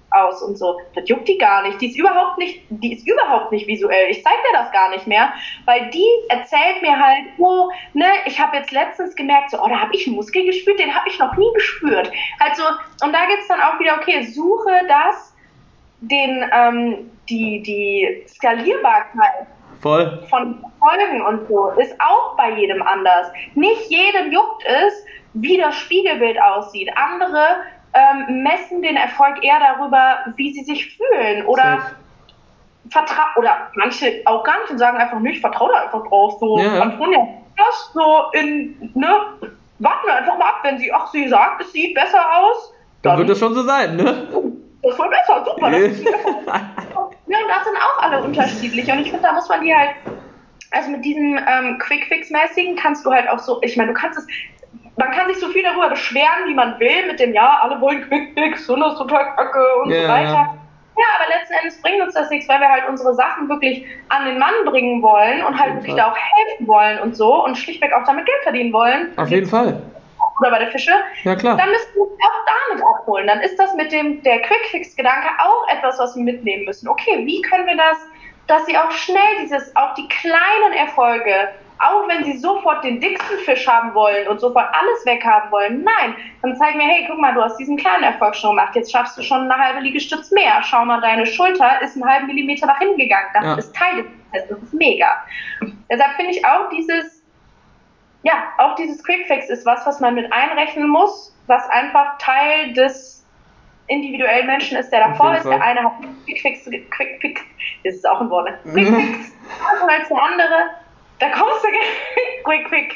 aus und so. Das juckt die gar nicht. Die ist überhaupt nicht, die ist überhaupt nicht visuell. Ich zeig dir das gar nicht mehr, weil die erzählt mir halt, oh, ne, ich habe jetzt letztens gemerkt, so, oh, da habe ich einen Muskel gespürt, den habe ich noch nie gespürt. Also, und da geht's dann auch wieder, okay, suche das, den, ähm, die, die Skalierbarkeit Voll. von Folgen und so ist auch bei jedem anders. Nicht jedem juckt es, wie das Spiegelbild aussieht. Andere ähm, messen den Erfolg eher darüber, wie sie sich fühlen oder vertrauen, oder manche auch gar nicht und sagen einfach nicht, vertraue da einfach drauf. So, ja, ja. Antonia, das so in, ne, warten wir einfach mal ab, wenn sie, ach, sie sagt, es sieht besser aus. Dann, dann wird das schon so sein, ne? Das ist voll besser, super. Das ist ja, und das sind auch alle unterschiedlich. Und ich finde, da muss man die halt, also mit diesem ähm, Quick-Fix-mäßigen kannst du halt auch so, ich meine, du kannst es, man kann sich so viel darüber beschweren, wie man will, mit dem, ja, alle wollen Quick-Fix und das ist total kacke und yeah. so weiter. Ja, aber letzten Endes bringt uns das nichts, weil wir halt unsere Sachen wirklich an den Mann bringen wollen und halt wirklich da auch helfen wollen und so und schlichtweg auch damit Geld verdienen wollen. Auf jeden Fall. Oder bei der Fische, ja, klar. Dann müssen wir uns auch damit abholen. Dann ist das mit dem der Quick-Fix-Gedanke auch etwas, was wir mitnehmen müssen. Okay, wie können wir das, dass sie auch schnell dieses, auch die kleinen Erfolge, auch wenn sie sofort den dicksten Fisch haben wollen und sofort alles weghaben wollen, nein, dann zeigen wir, hey, guck mal, du hast diesen kleinen Erfolg schon gemacht, jetzt schaffst du schon eine halbe Liegestütz mehr. Schau mal, deine Schulter ist einen halben Millimeter nach hinten gegangen. Das ja. ist Teil des Prozesses, das ist mega. Deshalb finde ich auch dieses Ja, auch dieses Quick-Fix ist was, was man mit einrechnen muss, was einfach Teil des individuellen Menschen ist, der davor ist. Der eine hat Quick-Fix, Quick-Fix, das ist auch ein Wort, ne? Quick-Fix, als der andere, da kommst du Quick-Fix.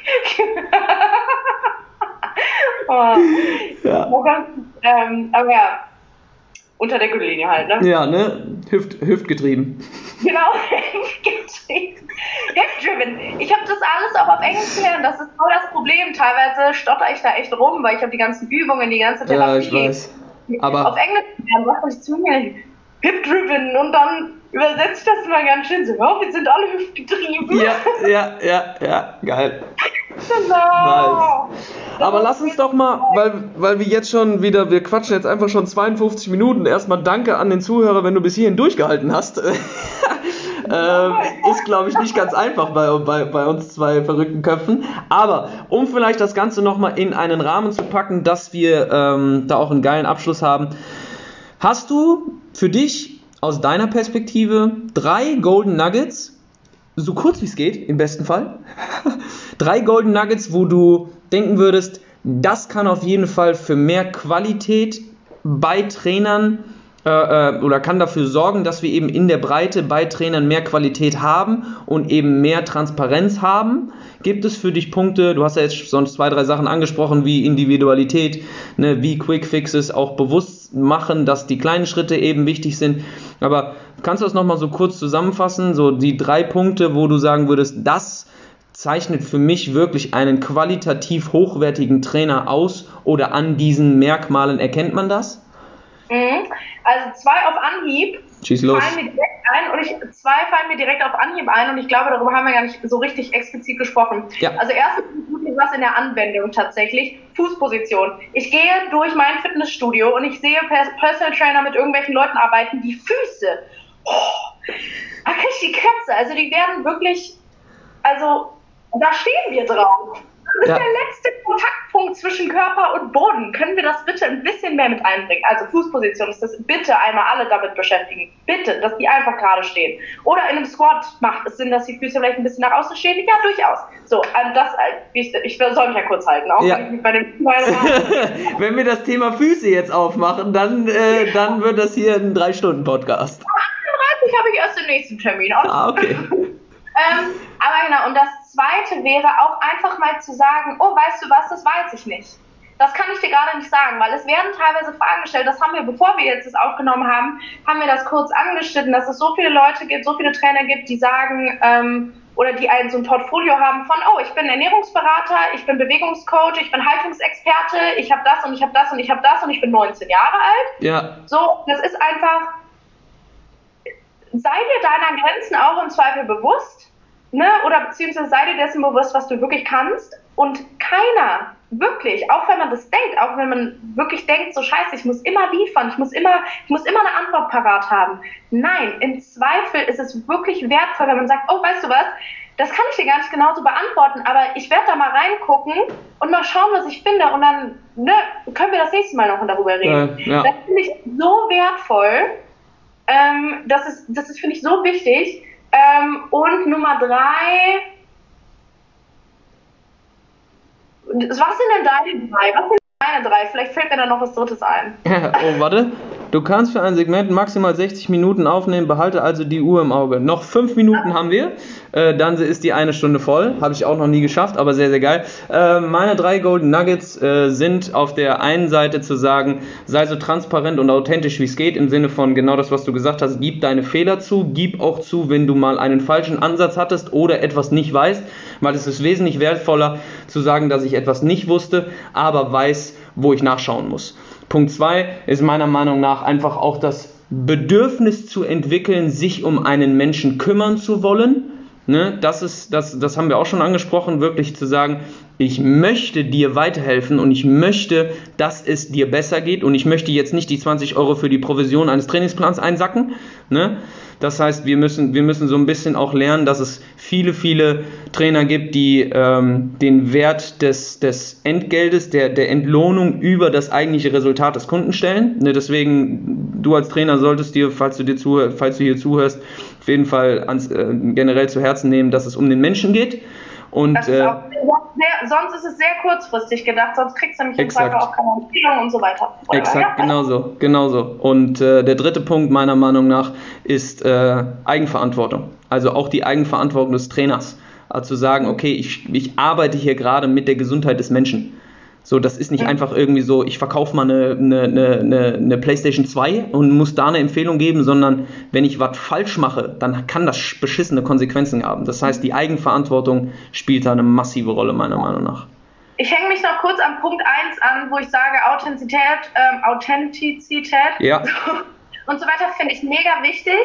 oh. ja. ähm, aber ja, unter der Gürtellinie halt, ne? Ja, ne? Hüft, hüftgetrieben. Genau, hüftgetrieben. Hip-driven. Ich habe das alles auch auf Englisch gelernt. Das ist voll das Problem. Teilweise stotter ich da echt rum, weil ich habe die ganzen Übungen, die ganze Therapie. Ja, ich weiß. Aber auf Englisch lernen, was ich zu mir hip-driven und dann übersetzt das mal ganz schön so, oh, wir sind alle hüftgetrieben. Ja, ja, ja, ja, geil. Genau. Nice. Aber lass uns doch mal, weil, weil wir jetzt schon wieder, wir quatschen jetzt einfach schon zweiundfünfzig Minuten. Erstmal danke an den Zuhörer, wenn du bis hierhin durchgehalten hast. äh, ist, glaube ich, nicht ganz einfach bei, bei, bei uns zwei verrückten Köpfen. Aber um vielleicht das Ganze nochmal in einen Rahmen zu packen, dass wir ähm, da auch einen geilen Abschluss haben. Hast du für dich aus deiner Perspektive drei Golden Nuggets, so kurz wie es geht, im besten Fall, drei Golden Nuggets, wo du denken würdest, das kann auf jeden Fall für mehr Qualität bei Trainern äh, äh, oder kann dafür sorgen, dass wir eben in der Breite bei Trainern mehr Qualität haben und eben mehr Transparenz haben? Gibt es für dich Punkte, du hast ja jetzt sonst zwei, drei Sachen angesprochen, wie Individualität, ne, wie Quick Fixes auch bewusst machen, dass die kleinen Schritte eben wichtig sind, aber kannst du das nochmal so kurz zusammenfassen, so die drei Punkte, wo du sagen würdest, das zeichnet für mich wirklich einen qualitativ hochwertigen Trainer aus oder an diesen Merkmalen erkennt man das? Mhm. Also zwei auf Anhieb Schieß los. fallen mir direkt ein und ich, zwei fallen mir direkt auf Anhieb ein und ich glaube, darüber haben wir gar nicht so richtig explizit gesprochen. Ja. Also erstens was in der Anwendung tatsächlich, Fußposition. Ich gehe durch mein Fitnessstudio und ich sehe Personal Trainer mit irgendwelchen Leuten arbeiten, die Füße, oh, da krieg ich die Kratze, also die werden wirklich, also da stehen wir drauf. Das ist ja der letzte Kontaktpunkt zwischen Körper und Boden. Können wir das bitte ein bisschen mehr mit einbringen? Also Fußposition ist das, bitte einmal alle damit beschäftigen. Bitte, dass die einfach gerade stehen. Oder in einem Squat macht es Sinn, dass die Füße vielleicht ein bisschen nach außen stehen? Ja, durchaus. So, das, ich, ich soll mich ja kurz halten, auch ja. wenn ich mich bei dem Wenn wir das Thema Füße jetzt aufmachen, dann, äh, dann wird das hier ein drei Stunden Podcast. achtunddreißig habe ich erst den nächsten Termin. Ah, okay. Ähm, aber genau, und das Zweite wäre auch einfach mal zu sagen, oh, weißt du was, das weiß ich nicht. Das kann ich dir gerade nicht sagen, weil es werden teilweise Fragen gestellt, das haben wir, bevor wir jetzt das aufgenommen haben, haben wir das kurz angeschnitten, dass es so viele Leute gibt, so viele Trainer gibt, die sagen, ähm, oder die ein, so ein Portfolio haben von, oh, ich bin Ernährungsberater, ich bin Bewegungscoach, ich bin Haltungsexperte, ich habe das und ich habe das und ich habe das und ich bin neunzehn Jahre alt. Ja. So, das ist einfach, sei dir deiner Grenzen auch im Zweifel bewusst, ne? Oder beziehungsweise sei dir dessen bewusst, was du wirklich kannst. Und keiner Wirklich, auch wenn man das denkt, auch wenn man wirklich denkt, so scheiße, ich muss immer liefern, ich muss immer, ich muss immer eine Antwort parat haben. Nein, im Zweifel ist es wirklich wertvoll, wenn man sagt, oh, weißt du was, das kann ich dir gar nicht genauso beantworten, aber ich werde da mal reingucken und mal schauen, was ich finde und dann ne, können wir das nächste Mal noch darüber reden. Äh, ja. Das finde ich so wertvoll, ähm, das ist, das ist finde ich so wichtig. Ähm, und Nummer drei, was sind denn deine drei? Was sind deine drei? Vielleicht fällt mir da noch was Drittes ein. Oh, warte. Du kannst für ein Segment maximal sechzig Minuten aufnehmen, behalte also die Uhr im Auge. Noch fünf Minuten haben wir, äh, dann ist die eine Stunde voll. Habe ich auch noch nie geschafft, aber sehr, sehr geil. Äh, meine drei Golden Nuggets äh, sind auf der einen Seite zu sagen, sei so transparent und authentisch wie es geht, im Sinne von genau das, was du gesagt hast, gib deine Fehler zu, gib auch zu, wenn du mal einen falschen Ansatz hattest oder etwas nicht weißt, weil es ist wesentlich wertvoller zu sagen, dass ich etwas nicht wusste, aber weiß, wo ich nachschauen muss. Punkt zwei ist meiner Meinung nach einfach auch das Bedürfnis zu entwickeln, sich um einen Menschen kümmern zu wollen. Ne? Das ist, das, das haben wir auch schon angesprochen, wirklich zu sagen, ich möchte dir weiterhelfen und ich möchte, dass es dir besser geht und ich möchte jetzt nicht die zwanzig Euro für die Provision eines Trainingsplans einsacken. Ne? Das heißt, wir müssen, wir müssen so ein bisschen auch lernen, dass es viele, viele Trainer gibt, die ähm, den Wert des, des Entgeltes, der, der Entlohnung über das eigentliche Resultat des Kunden stellen. Ne, deswegen, du als Trainer solltest dir, falls du, dir zuhör, falls du hier zuhörst, auf jeden Fall ans, äh, generell zu Herzen nehmen, dass es um den Menschen geht. Und, das ist auch sehr, sonst ist es sehr kurzfristig gedacht, sonst kriegst du nämlich im Zweifel auch keine Empfehlung und so weiter. Exakt, ja. genauso, genauso. Und äh, der dritte Punkt meiner Meinung nach ist äh, Eigenverantwortung. Also auch die Eigenverantwortung des Trainers. Also zu sagen, okay, ich, ich arbeite hier gerade mit der Gesundheit des Menschen. So, das ist nicht mhm. einfach irgendwie so, ich verkaufe mal eine, eine, eine, eine PlayStation zwei und muss da eine Empfehlung geben, sondern wenn ich was falsch mache, dann kann das beschissene Konsequenzen haben. Das heißt, die Eigenverantwortung spielt da eine massive Rolle, meiner Meinung nach. Ich hänge mich noch kurz am Punkt eins an, wo ich sage, Authentizität, ähm, Authentizität ja. und so weiter finde ich mega wichtig,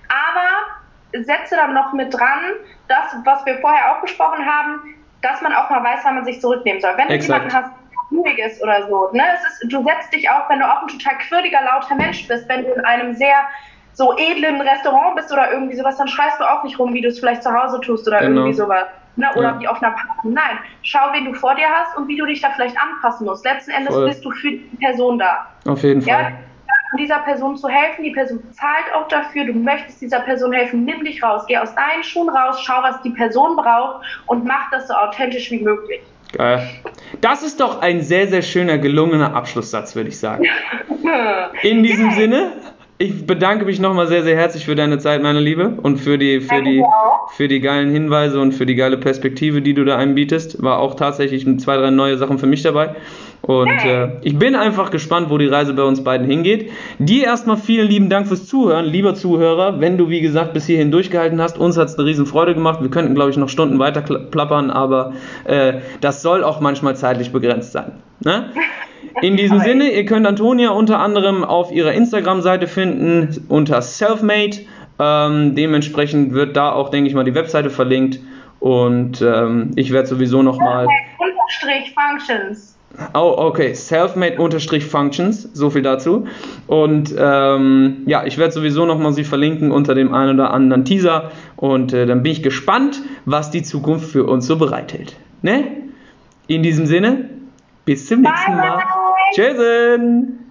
aber setze dann noch mit dran, das, was wir vorher auch besprochen haben, dass man auch mal weiß, wann man sich zurücknehmen soll. Wenn du Exakt. jemanden hast, ruhig ist oder so. Ne? Es ist, du setzt dich auch, wenn du auch ein total quirliger, lauter Mensch bist, wenn du in einem sehr so edlen Restaurant bist oder irgendwie sowas, dann schreist du auch nicht rum, wie du es vielleicht zu Hause tust oder genau. irgendwie sowas. Ne? Oder ja. wie auf einer Party. Nein, schau, wen du vor dir hast und wie du dich da vielleicht anpassen musst. Letzten Endes Voll. bist du für die Person da. Auf jeden ja? Fall. Dieser Person zu helfen, die Person zahlt auch dafür, du möchtest dieser Person helfen, nimm dich raus, geh aus deinen Schuhen raus, schau, was die Person braucht und mach das so authentisch wie möglich. Geil. Das ist doch ein sehr, sehr schöner, gelungener Abschlusssatz, würde ich sagen. In diesem Sinne, ich bedanke mich nochmal sehr, sehr herzlich für deine Zeit, meine Liebe, und für die, für die, für die geilen Hinweise und für die geile Perspektive, die du da einbietest. War auch tatsächlich zwei, drei neue Sachen für mich dabei. Und äh, ich bin einfach gespannt, wo die Reise bei uns beiden hingeht. Dir erstmal vielen lieben Dank fürs Zuhören, lieber Zuhörer. Wenn du, wie gesagt, bis hierhin durchgehalten hast, uns hat es eine riesen Freude gemacht. Wir könnten, glaube ich, noch Stunden weiter plappern, aber äh, das soll auch manchmal zeitlich begrenzt sein. Ne? In diesem Sinne, ihr könnt Antonia unter anderem auf ihrer Instagram-Seite finden, unter Selfmade. Ähm, dementsprechend wird da auch, denke ich mal, die Webseite verlinkt. Und ähm, ich werde sowieso nochmal... Unterstrich Functions. Oh, okay, Selfmade-Functions, so viel dazu. Und ähm, ja, ich werde sowieso nochmal sie verlinken unter dem einen oder anderen Teaser. Und äh, dann bin ich gespannt, was die Zukunft für uns so bereithält. Ne? In diesem Sinne, bis zum nächsten Mal. Tschüss!